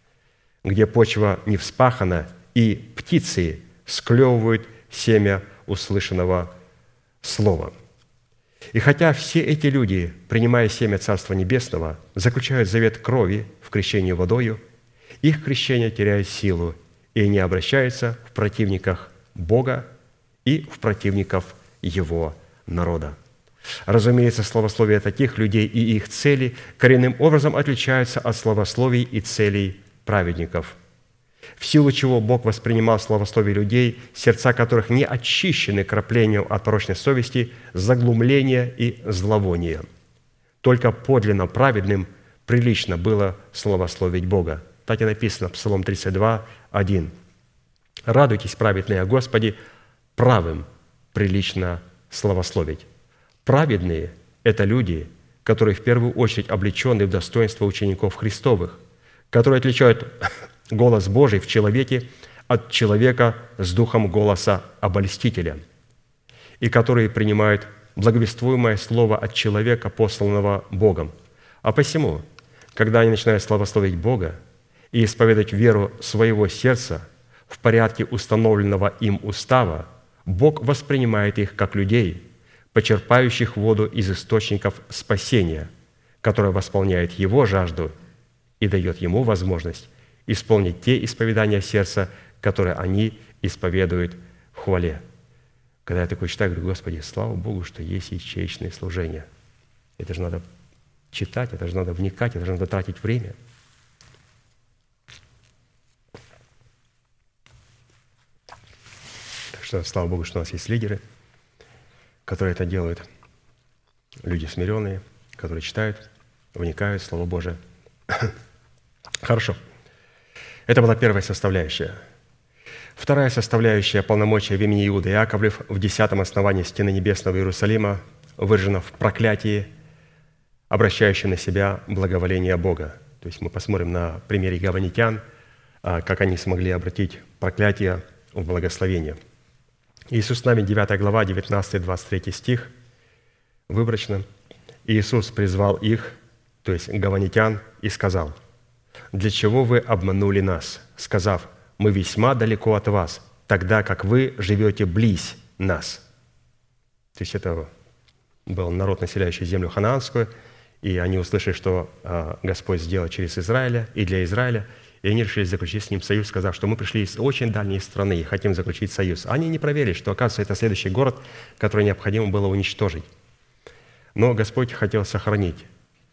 где почва не вспахана, и птицы склевывают семя услышанного слова. И хотя все эти люди, принимая семя Царства Небесного, заключают завет крови в крещении водою, их крещение теряет силу, и они обращаются в противниках Бога и в противников Его народа. Разумеется, славословие таких людей и их цели коренным образом отличаются от славословий и целей праведников, в силу чего Бог воспринимал славословие людей, сердца которых не очищены краплением от порочной совести, заглумления и зловония. Только подлинно праведным прилично было славословить Бога. Так и написано, Псалом 32, 1. «Радуйтесь, праведные о Господе, правым прилично славословить». Праведные – это люди, которые в первую очередь облечены в достоинство учеников Христовых, которые отличают голос Божий в человеке от человека с духом голоса обольстителя, и которые принимают благовествуемое слово от человека, посланного Богом. А посему, когда они начинают славословить Бога и исповедать веру своего сердца в порядке установленного им устава, Бог воспринимает их как людей, почерпающих воду из источников спасения, которая восполняет его жажду и дает ему возможность исполнить те исповедания сердца, которые они исповедуют в хвале. Когда я такой читаю, говорю: Господи, слава Богу, что есть ячеичные служения. Это же надо читать, это же надо вникать, это же надо тратить время. Так что слава Богу, что у нас есть лидеры, которые это делают. Люди смиренные, которые читают, вникают в Слово Божие. Хорошо. Это была первая составляющая. Вторая составляющая полномочия в имени Иуда Яковлев в 10-м основании стены небесного Иерусалима выражена в проклятии, обращающем на себя благоволение Бога. То есть мы посмотрим на примере гаванитян, как они смогли обратить проклятие в благословение. Иисус с нами, 9 глава, 19-23 стих, выборочно. Иисус призвал их, то есть гаванитян, и сказал: «Для чего вы обманули нас, сказав: мы весьма далеко от вас, тогда как вы живете близь нас». То есть это был народ, населяющий землю ханаанскую, и они услышали, что Господь сделал через Израиля и для Израиля, и они решили заключить с ним союз, сказав, что мы пришли из очень дальней страны и хотим заключить союз. Они не проверили, что, оказывается, это следующий город, который необходимо было уничтожить. Но Господь хотел сохранить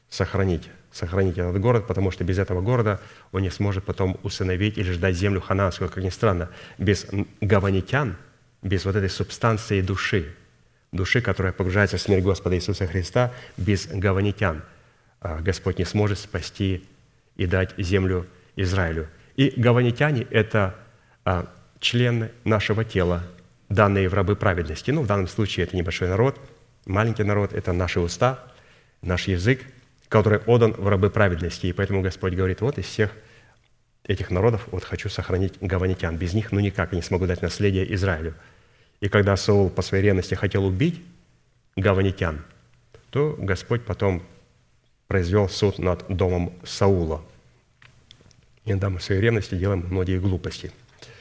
этот город, потому что без этого города он не сможет потом усыновить или ждать землю ханаанскую. Как ни странно, без гаванитян, без вот этой субстанции души, которая погружается в смерть Господа Иисуса Христа, без гаванитян Господь не сможет спасти и дать землю Израилю. И гаванитяне – это члены нашего тела, данные в рабы праведности. В данном случае это небольшой народ, маленький народ – это наши уста, наш язык, который отдан в рабы праведности. И поэтому Господь говорит: вот из всех этих народов хочу сохранить гаванитян. Без них никак я не смогу дать наследие Израилю. И когда Саул по своей ревности хотел убить гаванитян, то Господь потом произвел суд над домом Саула. Иногда мы в своей ревности делаем многие глупости.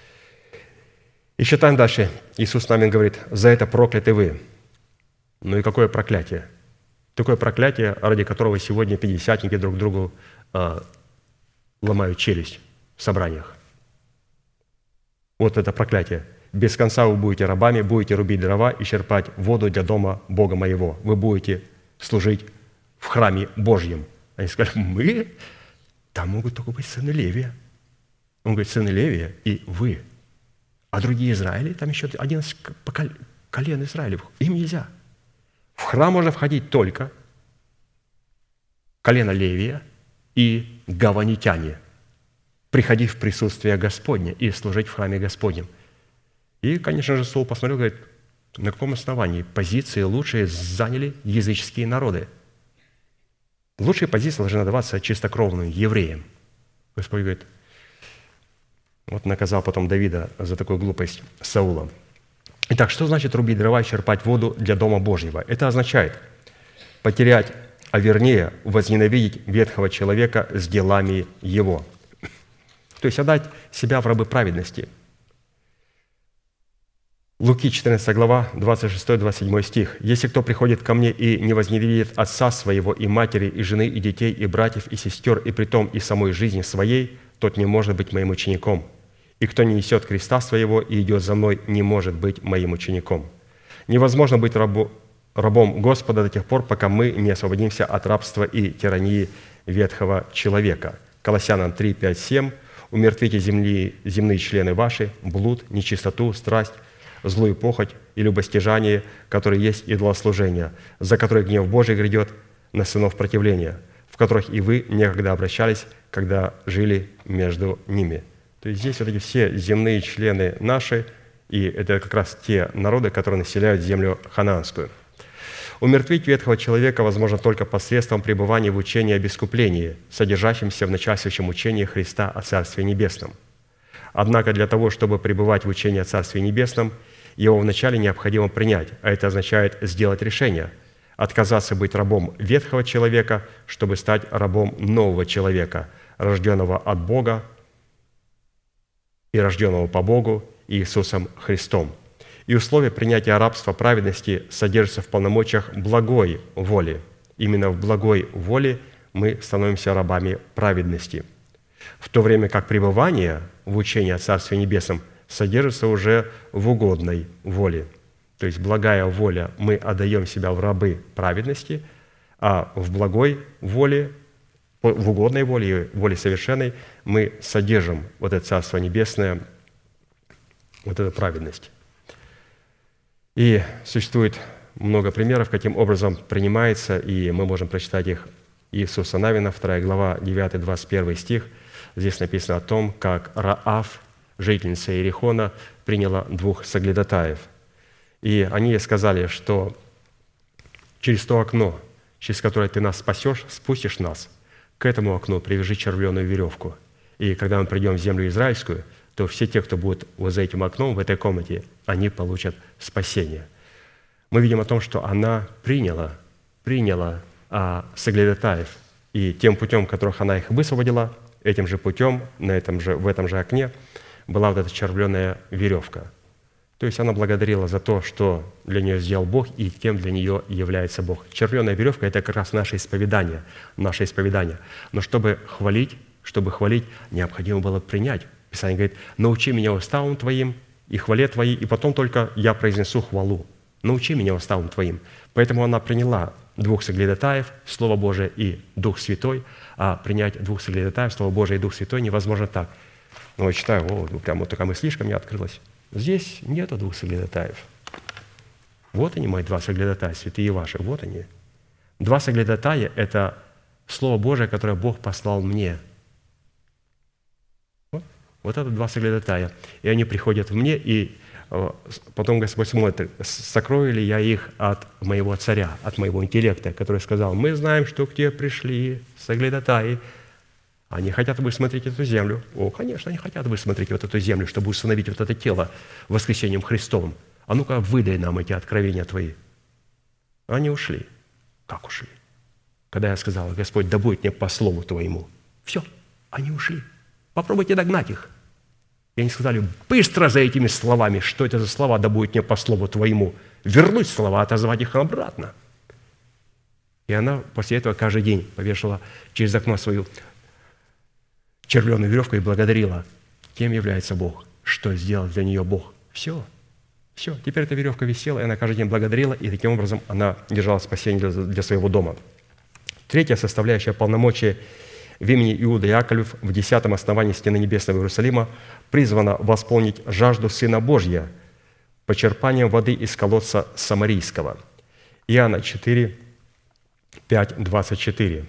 И читаем дальше. Иисус с нами говорит: «За это прокляты вы». И какое проклятие? Такое проклятие, ради которого сегодня пятидесятники друг другу ломают челюсть в собраниях. Вот это проклятие. «Без конца вы будете рабами, будете рубить дрова и черпать воду для дома Бога моего. Вы будете служить в храме Божьем». Они сказали: мы? Там могут только быть сыны Левия. Он говорит: сыны Левия и вы. А другие Израили, там еще 11 колен Израилев, им нельзя. В храм можно входить только колено Левия и гаванитяне, приходить в присутствие Господне и служить в храме Господнем. И, конечно же, Саул посмотрел, говорит: на каком основании позиции лучшие заняли языческие народы? Лучшие позиции должны даваться чистокровным евреям. Господь говорит, вот наказал потом Давида за такую глупость Саула. Итак, что значит рубить дрова и черпать воду для Дома Божьего? Это означает потерять, а вернее возненавидеть ветхого человека с делами его. То есть отдать себя в рабы праведности. Луки 14 глава, 26-27 стих. «Если кто приходит ко мне и не возненавидит отца своего, и матери, и жены, и детей, и братьев, и сестер, и притом и самой жизни своей, тот не может быть моим учеником. И кто не несет креста своего и идет за мной, не может быть моим учеником». Невозможно быть рабом Господа до тех пор, пока мы не освободимся от рабства и тирании ветхого человека. Колоссянам 3, 5, 7. «Умертвите земные члены ваши, блуд, нечистоту, страсть, злую похоть и любостяжание, которые есть идолослужение, за которые гнев Божий грядет на сынов противления, в которых и вы некогда обращались, когда жили между ними». То есть здесь вот эти все земные члены наши, и это как раз те народы, которые населяют землю ханаанскую. Умертвить ветхого человека возможно только посредством пребывания в учении об искуплении, содержащемся в начальствующем учении Христа о Царстве Небесном. Однако для того, чтобы пребывать в учении о Царстве Небесном, его вначале необходимо принять, а это означает сделать решение, отказаться быть рабом ветхого человека, чтобы стать рабом нового человека, рожденного от Бога и рожденного по Богу Иисусом Христом. И условие принятия рабства праведности содержится в полномочиях благой воли. Именно в благой воле мы становимся рабами праведности, в то время как пребывание в учении о Царстве Небесном содержится уже в угодной воле. То есть благая воля, мы отдаем себя в рабы праведности, а в благой воле, в угодной воле, воле совершенной, мы содержим вот это Царство Небесное, вот эту праведность. И существует много примеров, каким образом принимается, и мы можем прочитать их. Иисуса Навина, 2 глава, 9-21 стих. Здесь написано о том, как Раав, жительница Иерихона, приняла 2 соглядатаев. И они ей сказали, что через то окно, через которое ты нас спасешь, спустишь нас, к этому окну привяжи червленую веревку. И когда мы придем в землю израильскую, то все те, кто будет вот за этим окном, в этой комнате, они получат спасение. Мы видим о том, что она приняла соглядатаев, и тем путем, которых она их высвободила, этим же путем, в этом же окне была вот эта червленая веревка. То есть она благодарила за то, что для нее сделал Бог, и кем для нее является Бог. Червленая веревка – это как раз наше исповедание. Но чтобы хвалить, необходимо было принять. Писание говорит: «Научи меня уставам Твоим и хвале Твоей, и потом только я произнесу хвалу». Научи меня уставам Твоим. Поэтому она приняла 2 соглядатаев, Слово Божие и Дух Святой, а принять 2 соглядатаев, Слово Божие и Дух Святой невозможно так. Но я читаю, прямо вот такая мыслишка мне открылась. Здесь нету 2 соглядатаев. Вот они, мои 2 соглядатая, святые ваши, вот они. 2 соглядатая – это Слово Божие, которое Бог послал мне. Вот это 2 соглядатая. И они приходят в мне, и потом Господь смотрит, сокрою ли я их от моего царя, от моего интеллекта, который сказал: мы знаем, что к тебе пришли соглядатаи. Они хотят высмотреть эту землю. О, конечно, они хотят высмотреть вот эту землю, чтобы установить вот это тело воскресением Христовым. А ну-ка, выдай нам эти откровения твои. Они ушли. Как ушли? Когда я сказал: Господь, да будет мне по слову твоему. Все, они ушли. Попробуйте догнать их. И они сказали: быстро за этими словами. Что это за слова? Да будет мне по слову твоему. Вернуть слова, отозвать их обратно. И она после этого каждый день повешала через окно свою червленую веревку и благодарила, кем является Бог, что сделал для нее Бог. Все. Теперь эта веревка висела, и она каждый день благодарила, и таким образом она держала спасение для своего дома. Третья составляющая полномочия в имени Иуда Яковлев в 10-м основании стены небесного Иерусалима призвана восполнить жажду Сына Божья почерпанием воды из колодца Самарийского. Иоанна 4, 5, 24.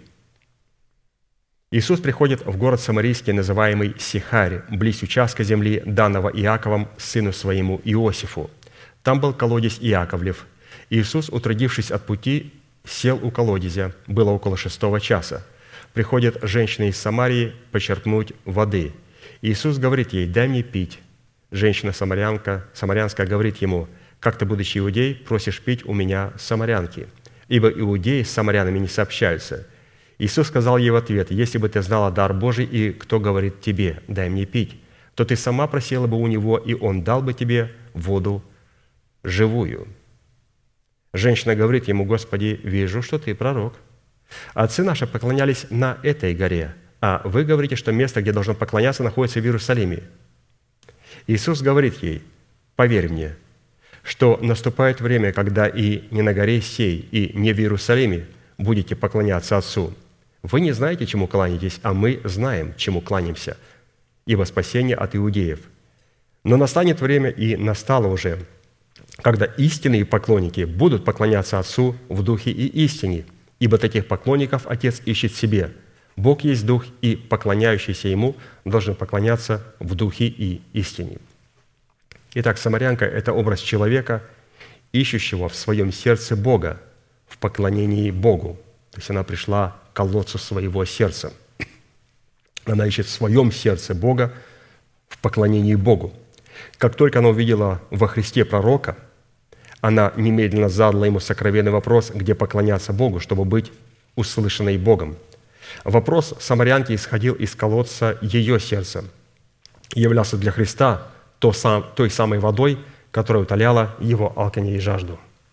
Иисус приходит в город Самарийский, называемый Сихарь, близ участка земли, данного Иаковом сыну своему Иосифу. Там был колодец Иаковлев. Иисус, утрудившись от пути, сел у колодезя. Было около 6 часа. Приходит женщина из Самарии почерпнуть воды. Иисус говорит ей: «Дай мне пить». Женщина самарянская говорит ему: «Как ты, будучи иудей, просишь пить у меня самарянки? Ибо иудеи с самарянами не сообщаются». Иисус сказал ей в ответ: «Если бы ты знала дар Божий, и кто говорит тебе: дай мне пить, то ты сама просила бы у него, и он дал бы тебе воду живую». Женщина говорит ему: «Господи, вижу, что ты пророк. Отцы наши поклонялись на этой горе, а вы говорите, что место, где должно поклоняться, находится в Иерусалиме». Иисус говорит ей: «Поверь мне, что наступает время, когда и не на горе сей, и не в Иерусалиме будете поклоняться Отцу. Вы не знаете, чему кланяетесь, а мы знаем, чему кланяемся, ибо спасение от иудеев. Но настанет время, и настало уже, когда истинные поклонники будут поклоняться Отцу в духе и истине, ибо таких поклонников Отец ищет себе. Бог есть Дух, и поклоняющиеся Ему должны поклоняться в духе и истине». Итак, самарянка – это образ человека, ищущего в своем сердце Бога, в поклонении Богу. То есть она пришла к колодцу своего сердца. Она ищет в своем сердце Бога в поклонении Богу. Как только она увидела во Христе пророка, она немедленно задала ему сокровенный вопрос, где поклоняться Богу, чтобы быть услышанной Богом. Вопрос самарянки исходил из колодца ее сердца и являлся для Христа той самой водой, которая утоляла его алканье и жажду.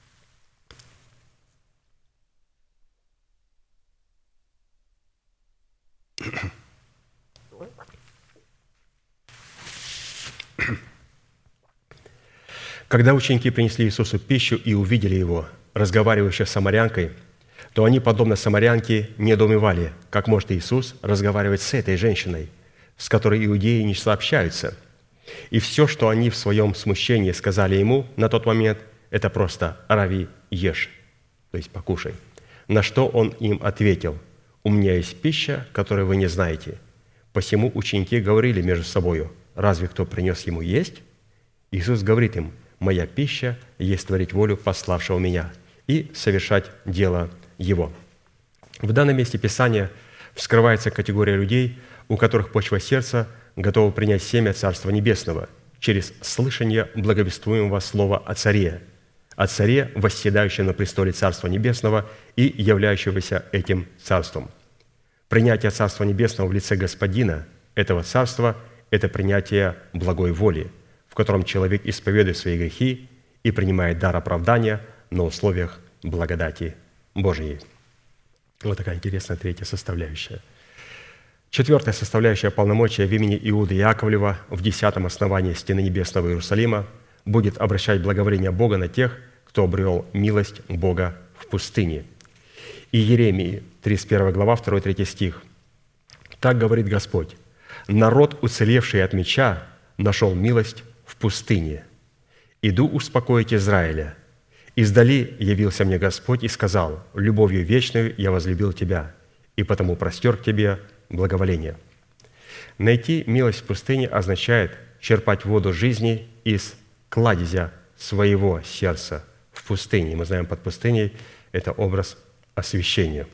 Когда ученики принесли Иисусу пищу и увидели Его, разговаривающего с самарянкой, то они, подобно самарянке, недоумевали, как может Иисус разговаривать с этой женщиной, с которой иудеи не сообщаются. И все, что они в своем смущении сказали Ему на тот момент, это просто «Рави, ешь», то есть «покушай». На что Он им ответил: «У меня есть пища, которую вы не знаете». Посему ученики говорили между собою: «Разве кто принес Ему есть?» Иисус говорит им: «Моя пища есть творить волю пославшего Меня и совершать дело Его». В данном месте Писания вскрывается категория людей, у которых почва сердца готова принять семя Царства Небесного через слышание благовествуемого слова о Царе, восседающем на престоле Царства Небесного и являющегося этим Царством. Принятие Царства Небесного в лице Господина этого Царства – это принятие благой воли, в котором человек исповедует свои грехи и принимает дар оправдания на условиях благодати Божией. Вот такая интересная третья составляющая. Четвертая составляющая полномочия в имени Иуды Яковлева в 10-м основании стены небесного Иерусалима будет обращать благоволение Бога на тех, кто обрел милость Бога в пустыне. И Иеремии, 31 глава, 2-3 стих. «Так говорит Господь: народ, уцелевший от меча, нашел милость в пустыне. Иду успокоить Израиля. Издали явился мне Господь и сказал: любовью вечную я возлюбил тебя, и потому простер к тебе благоволение». Найти милость в пустыне означает черпать воду жизни из кладезя своего сердца в пустыне. Мы знаем, под пустыней это образ освящения.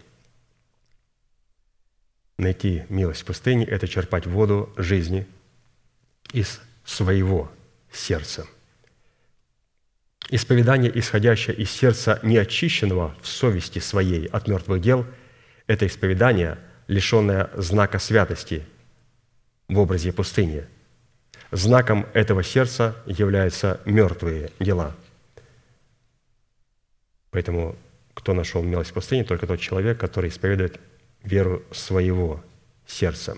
Найти милость в пустыне – это черпать воду жизни из своего сердца. Исповедание, исходящее из сердца неочищенного в совести своей от мертвых дел, это исповедание, лишенное знака святости в образе пустыни. Знаком этого сердца являются мертвые дела. Поэтому, кто нашел милость в пустыне, только тот человек, который исповедует веру своего сердца.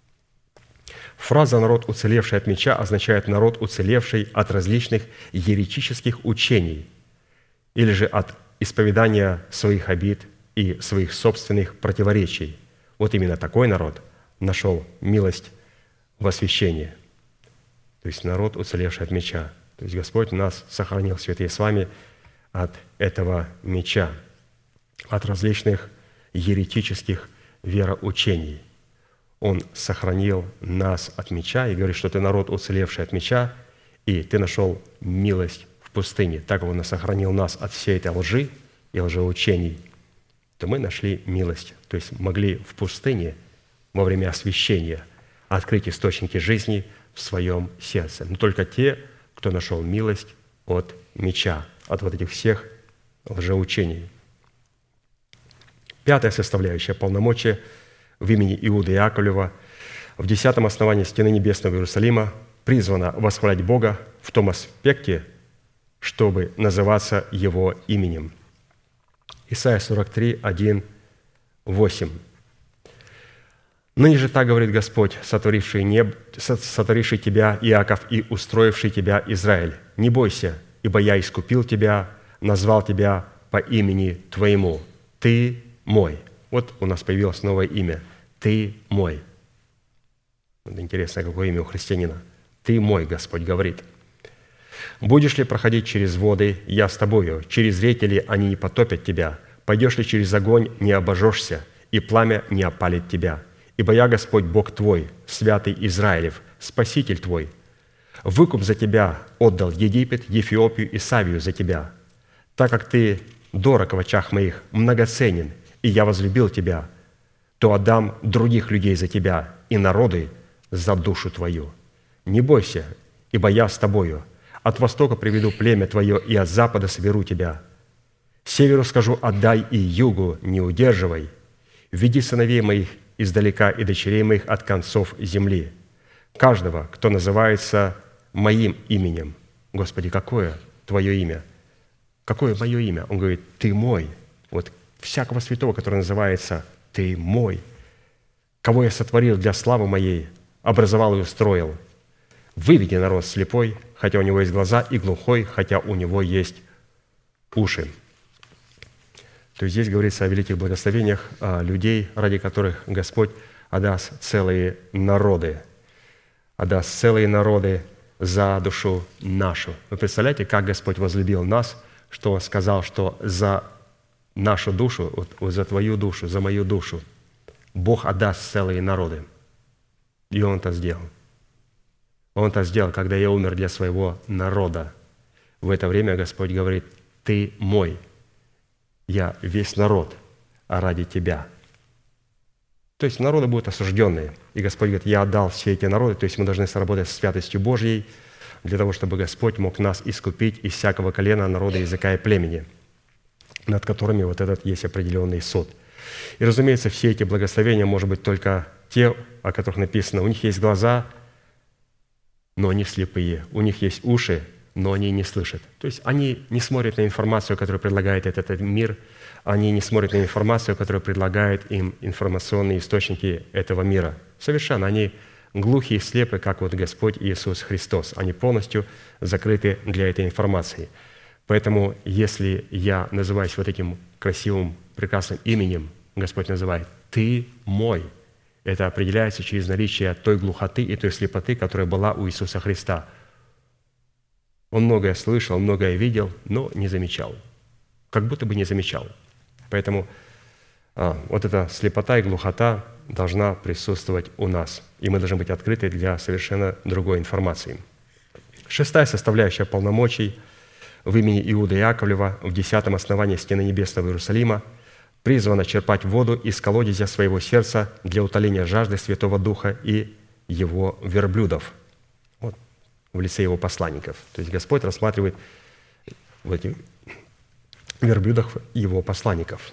Фраза «народ, уцелевший от меча» означает народ, уцелевший от различных еретических учений или же от исповедания своих обид и своих собственных противоречий. Вот именно такой народ нашел милость в освящении. То есть народ, уцелевший от меча. То есть Господь нас сохранил, святые с вами, от этого меча, от различных еретических вероучений. Он сохранил нас от меча и говорит, что ты народ, уцелевший от меча, и ты нашел милость в пустыне. Так как Он сохранил нас от всей этой лжи и лжеучений, то мы нашли милость. То есть могли в пустыне во время освящения открыть источники жизни в своем сердце. Но только те, кто нашел милость от меча, от вот этих всех лжеучений. Пятая составляющая полномочия в имени Иуды Яковлева в 10-м основании стены небесного Иерусалима призвана восхвалять Бога в том аспекте, чтобы называться Его именем. Исайя 43, 1, 8. «Ныне же так говорит Господь, сотворивший тебя, Иаков, и устроивший тебя, Израиль: не бойся, ибо я искупил тебя, назвал тебя по имени твоему. Ты мой». Вот у нас появилось новое имя. «Ты мой». Вот интересно, какое имя у христианина. «Ты мой», Господь говорит. «Будешь ли проходить через воды, я с тобою, через реки ли они не потопят тебя, пойдешь ли через огонь, не обожжешься, и пламя не опалит тебя. Ибо я, Господь, Бог твой, святый Израилев, Спаситель твой. Выкуп за тебя отдал Египет, Эфиопию и Савию за тебя. Так как ты дорог в очах моих, многоценен, и я возлюбил тебя, то отдам других людей за тебя и народы за душу твою. Не бойся, ибо я с тобою. От востока приведу племя твое, и от запада соберу тебя. Северу скажу: отдай, и югу не удерживай. Веди сыновей моих издалека и дочерей моих от концов земли. Каждого, кто называется моим именем». Господи, какое Твое имя? Какое мое имя? Он говорит: Ты мой. Вот всякого святого, который называется Ты мой, кого я сотворил для славы моей, образовал и устроил. Выведи народ слепой, хотя у него есть глаза, и глухой, хотя у него есть уши. То есть здесь говорится о великих благословениях людей, ради которых Господь отдаст целые народы. Отдаст целые народы за душу нашу. Вы представляете, как Господь возлюбил нас, что Он сказал, что за нашу душу, вот за твою душу, за мою душу Бог отдаст целые народы. И Он это сделал. Он это сделал, когда я умер для своего народа. В это время Господь говорит: Ты мой, я весь народ, а ради тебя. То есть народы будут осужденные. И Господь говорит: я отдал все эти народы, то есть мы должны сработать с святостью Божьей, для того, чтобы Господь мог нас искупить из всякого колена, народа, языка и племени, над которыми вот этот есть определенный суд. И, разумеется, все эти благословения, может быть, только те, о которых написано: у них есть глаза, но они слепые, у них есть уши, но они не слышат. То есть они не смотрят на информацию, которую предлагает этот мир, они не смотрят на информацию, которую предлагают им информационные источники этого мира. Совершенно. Они глухие и слепы, как вот Господь Иисус Христос. Они полностью закрыты для этой информации. Поэтому, если я называюсь вот этим красивым, прекрасным именем, Господь называет «Ты мой», это определяется через наличие той глухоты и той слепоты, которая была у Иисуса Христа. Он многое слышал, многое видел, но не замечал. Как будто бы не замечал. Поэтому вот эта слепота и глухота должна присутствовать у нас. И мы должны быть открыты для совершенно другой информации. 6-я составляющая полномочий в имени Иуды Иаковлева в 10-м основании стены небесного Иерусалима призвана черпать воду из колодезя своего сердца для утоления жажды Святого Духа и его верблюдов. Вот, в лице его посланников. То есть Господь рассматривает в этих верблюдах его посланников.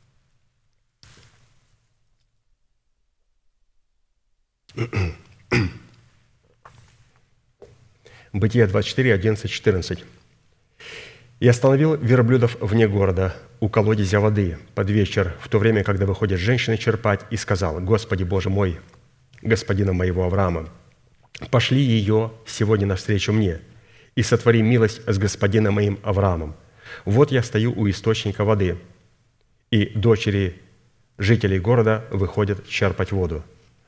Бытие 24, 11, 14. «И остановил верблюдов вне города, у колодезя воды, под вечер, в то время, когда выходят женщины черпать, и сказал: Господи Боже мой, господина моего Авраама, пошли ее сегодня навстречу мне, и сотвори милость с господином моим Авраамом. Вот я стою у источника воды, и дочери жителей города выходят черпать воду.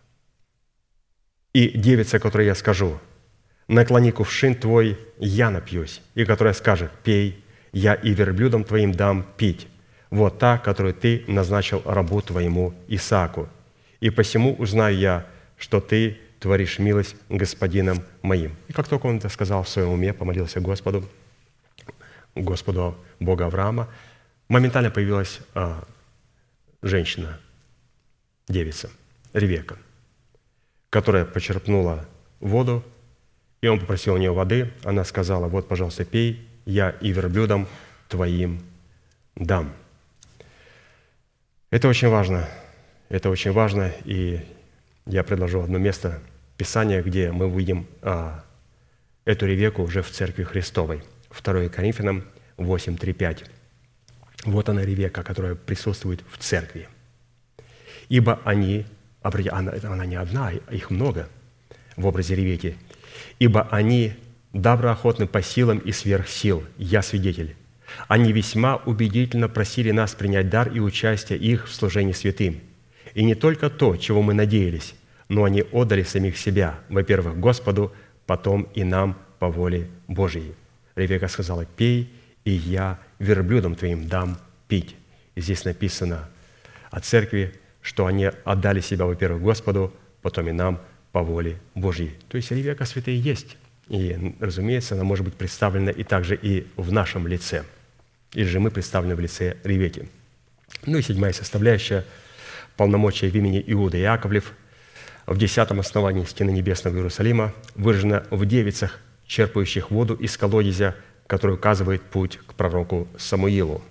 И девица, которой я скажу: наклони кувшин твой, я напьюсь, и которая скажет: пей, я и верблюдам твоим дам пить. Вот та, которую ты назначил рабу твоему Исааку. И посему узнаю я, что ты творишь милость господинам моим». И как только он это сказал в своем уме, помолился Господу Бога Авраама, моментально появилась женщина, девица, Ревекка, которая почерпнула воду, и он попросил у нее воды. Она сказала: вот, пожалуйста, пей, я и верблюдам твоим дам. Это очень важно, и я предложу одно место Писания, где мы увидим эту Ревекку уже в Церкви Христовой. 2 Коринфянам 8, 3, 5. Вот она, Ревекка, которая присутствует в Церкви. «Ибо они», она не одна, их много в образе Ревекки, «ибо они доброохотны по силам и сверх сил, я свидетель. Они весьма убедительно просили нас принять дар и участие их в служении святым. И не только то, чего мы надеялись, но они отдали самих себя, во-первых, Господу, потом и нам по воле Божьей». Ревекка сказала: «Пей, и я верблюдам твоим дам пить». И здесь написано о церкви, что они отдали себя, во-первых, Господу, потом и нам по воле Божьей. То есть Ревекка святая есть. И, разумеется, она может быть представлена и также и в нашем лице. Или же мы представлены в лице Ревекки. Ну и 7-я составляющая полномочия в имени Иуда Иаковлев в 10-м основании стены небесного Иерусалима выражена в девицах, черпающих воду из колодезя, который указывает путь к пророку Самуилу.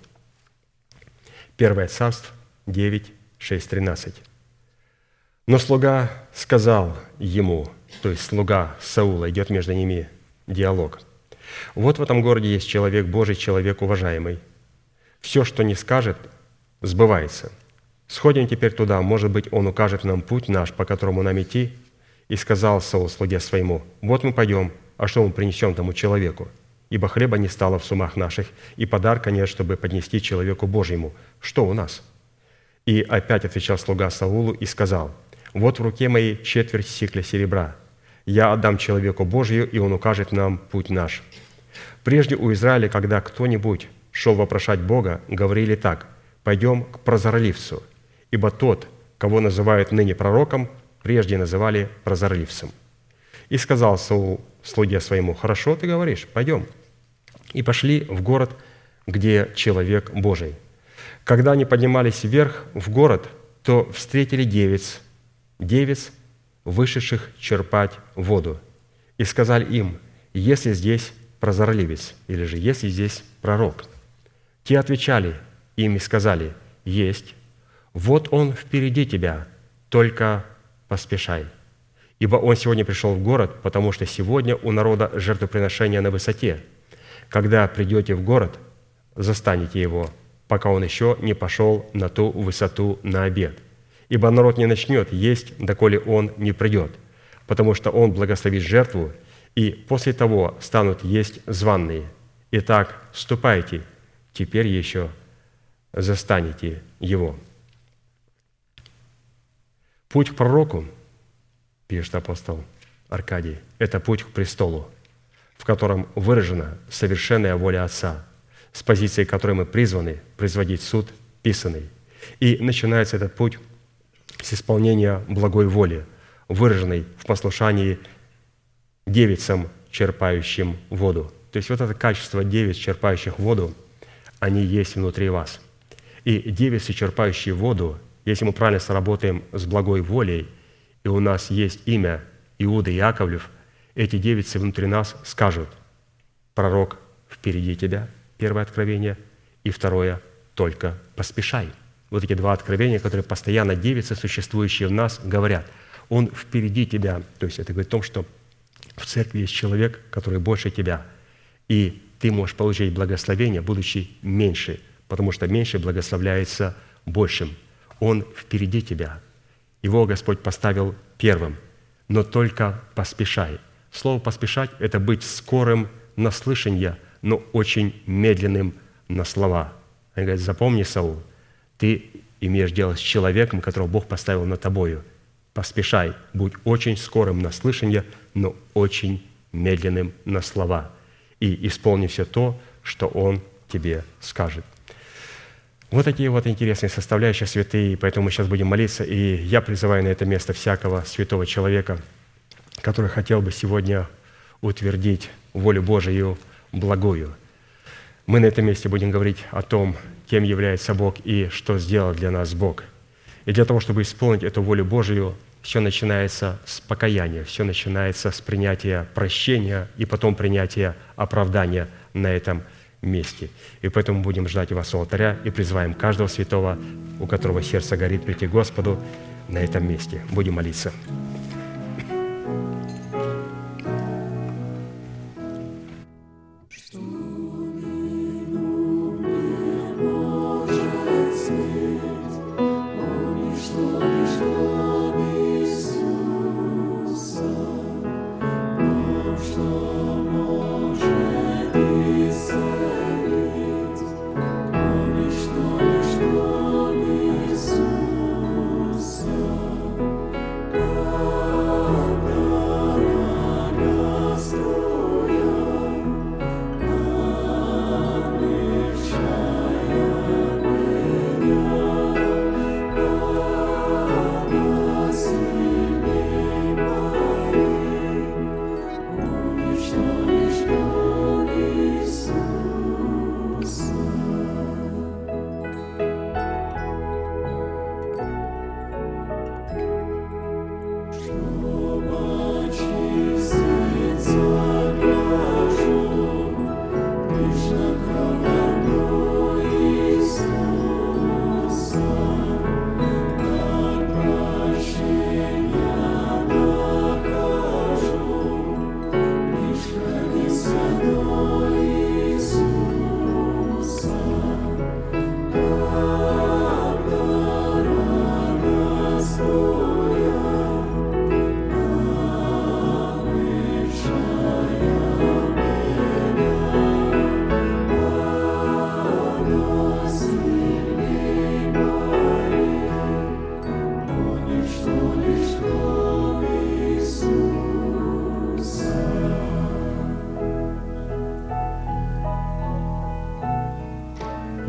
1 Царств 9, 6, 13. Но слуга сказал ему, то есть слуга Саула, идет между ними диалог: «Вот в этом городе есть человек Божий, человек уважаемый. Все, что не скажет, сбывается. Сходим теперь туда, может быть, он укажет нам путь наш, по которому нам идти». И сказал Саул слуге своему: «Вот мы пойдем, а что мы принесем тому человеку? Ибо хлеба не стало в сумах наших, и подарка нет, чтобы поднести человеку Божьему. Что у нас?» И опять отвечал слуга Саулу и сказал: «Вот в руке моей четверть сикля серебра. Я отдам человеку Божию, и он укажет нам путь наш». Прежде у Израиля, когда кто-нибудь шел вопрошать Бога, говорили так: «Пойдем к прозорливцу, ибо тот, кого называют ныне пророком, прежде называли прозорливцем». И сказал Саул слуге своему: «Хорошо ты говоришь, пойдем». И пошли в город, где человек Божий. Когда они поднимались вверх в город, то встретили девиц, вышедших черпать воду. И сказали им: «Есть ли здесь прозорливец, или же есть ли здесь пророк?» Те отвечали им и сказали: «Есть. Вот он впереди тебя, только поспешай. Ибо он сегодня пришел в город, потому что сегодня у народа жертвоприношение на высоте. Когда придете в город, застанете его, пока он еще не пошел на ту высоту на обед. Ибо народ не начнет есть, доколе он не придет, потому что он благословит жертву, и после того станут есть званные. Итак, ступайте, теперь еще застанете его». Путь к пророку, пишет апостол Аркадий, это путь к престолу, в котором выражена совершенная воля Отца, с позиции которой мы призваны производить суд писанный. И начинается этот путь с исполнения благой воли, выраженной в послушании девицам, черпающим воду. То есть вот это качество девиц, черпающих воду, они есть внутри вас. И девицы, черпающие воду, если мы правильно сработаем с благой волей, и у нас есть имя Иуда Яковлев, эти девицы внутри нас скажут: «Пророк впереди тебя», первое откровение, и второе: «Только поспешай». Вот эти два откровения, которые постоянно девицы, существующие в нас, говорят: «Он впереди тебя». То есть это говорит о том, что в церкви есть человек, который больше тебя, и ты можешь получить благословение, будучи меньше, потому что меньше благословляется большим. Он впереди тебя. Его Господь поставил первым, но только поспешай. Слово «поспешать» — это быть скорым на слышание, но очень медленным на слова. Он говорит: запомни, Саул, ты имеешь дело с человеком, которого Бог поставил над тобою. Поспешай, будь очень скорым на слышание, но очень медленным на слова. И исполни все то, что Он тебе скажет. Вот такие вот интересные составляющие, святые, поэтому мы сейчас будем молиться, и я призываю на это место всякого святого человека, который хотел бы сегодня утвердить волю Божию благую. Мы на этом месте будем говорить о том, кем является Бог и что сделал для нас Бог. И для того, чтобы исполнить эту волю Божию, все начинается с покаяния, все начинается с принятия прощения и потом принятия оправдания на этом месте. И поэтому будем ждать вас у алтаря и призываем каждого святого, у которого сердце горит, прийти к Господу на этом месте. Будем молиться.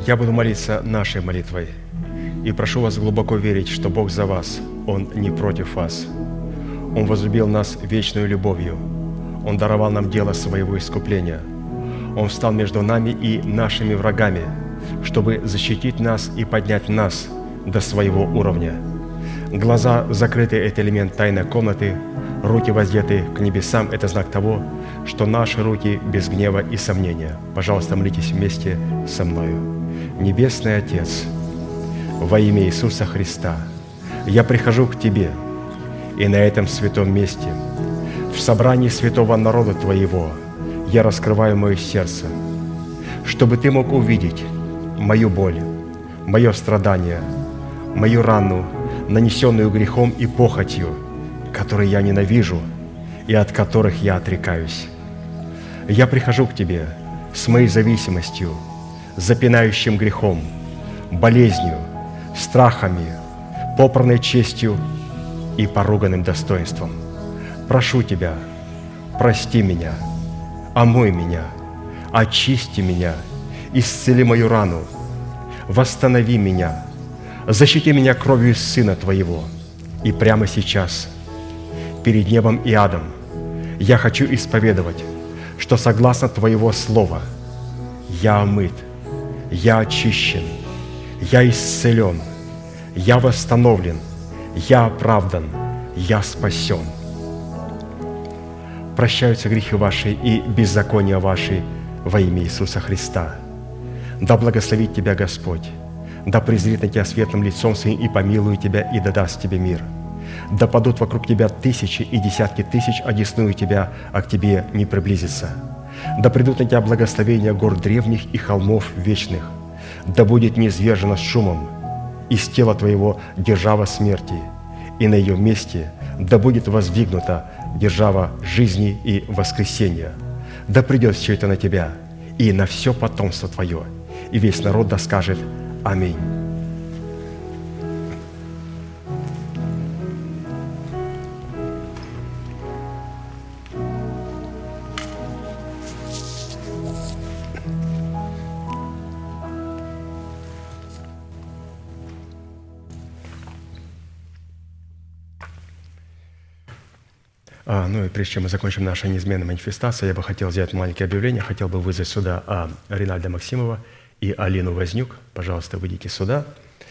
Я буду молиться нашей молитвой и прошу вас глубоко верить, что Бог за вас, Он не против вас. Он возлюбил нас вечной любовью. Он даровал нам дело своего искупления. Он встал между нами и нашими врагами, чтобы защитить нас и поднять нас до своего уровня. Глаза закрыты – это элемент тайной комнаты, руки воздеты к небесам – это знак того, что наши руки без гнева и сомнения. Пожалуйста, молитесь вместе со мною. Небесный Отец, во имя Иисуса Христа, я прихожу к Тебе, и на этом святом месте, в собрании святого народа Твоего, я раскрываю мое сердце, чтобы Ты мог увидеть мою боль, мое страдание, мою рану, нанесенную грехом и похотью, которые я ненавижу и от которых я отрекаюсь. Я прихожу к Тебе с моей зависимостью, запинающим грехом, болезнью, страхами, попранной честью и поруганным достоинством. Прошу Тебя, прости меня, омой меня, очисти меня, исцели мою рану, восстанови меня, защити меня кровью Сына Твоего. И прямо сейчас, перед небом и адом, я хочу исповедовать, что согласно Твоего Слова я омыт, я очищен, я исцелен, я восстановлен, я оправдан, я спасен. Прощаются грехи ваши и беззакония ваши во имя Иисуса Христа. Да благословит тебя Господь, да презрит на тебя светлым лицом своим и помилует тебя, и да даст тебе мир. Да падут вокруг тебя тысячи и десятки тысяч, одесную тебя, а к тебе не приблизится. Да придут на тебя благословения гор древних и холмов вечных. Да будет низвержена с шумом из тела твоего держава смерти, и на ее месте да будет воздвигнута держава жизни и воскресения. Да придет все это на тебя и на все потомство твое, и весь народ да скажет Аминь. Ну и прежде чем мы закончим нашу неизменную манифестацию, я бы хотел сделать маленькое объявление. Хотел бы вызвать сюда Ринальда Максимова и Алину Вознюк. Пожалуйста, выйдите сюда.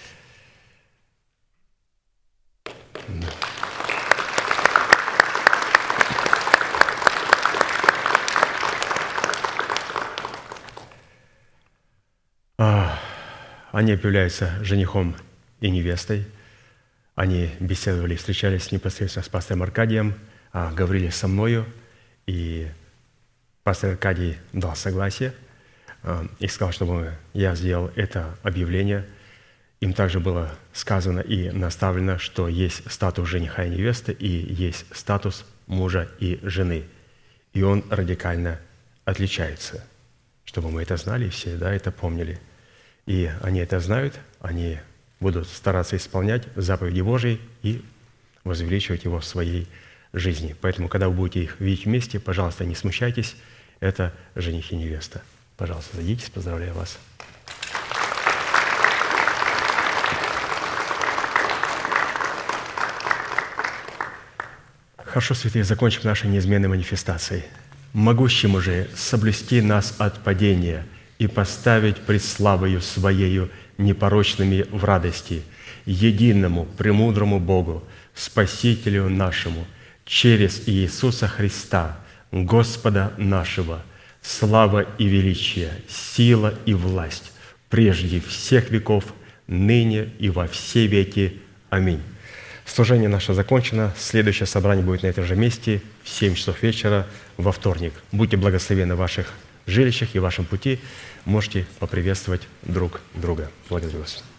Они объявляются женихом и невестой. Они беседовали, встречались непосредственно с пастором Аркадием, говорили со мною, и пастор Аркадий дал согласие и сказал, чтобы я сделал это объявление. Им также было сказано и наставлено, что есть статус жениха и невесты, и есть статус мужа и жены. И он радикально отличается, чтобы мы это знали и все это помнили. И они это знают, они будут стараться исполнять заповеди Божьи и возвеличивать его в своей жизни. Поэтому, когда вы будете их видеть вместе, пожалуйста, не смущайтесь, это жених и невеста. Пожалуйста, садитесь, поздравляю вас. Хорошо, святые, закончим нашей неизменной манифестацией. Могущему же соблюсти нас от падения и поставить пред славою Своею непорочными в радости, единому, премудрому Богу, Спасителю нашему, через Иисуса Христа, Господа нашего, слава и величие, сила и власть, прежде всех веков, ныне и во все веки. Аминь. Служение наше закончено. Следующее собрание будет на этом же месте в 7 часов вечера во вторник. Будьте благословенны в ваших жилищах и в вашем пути. Можете поприветствовать друг друга. Благодарю вас.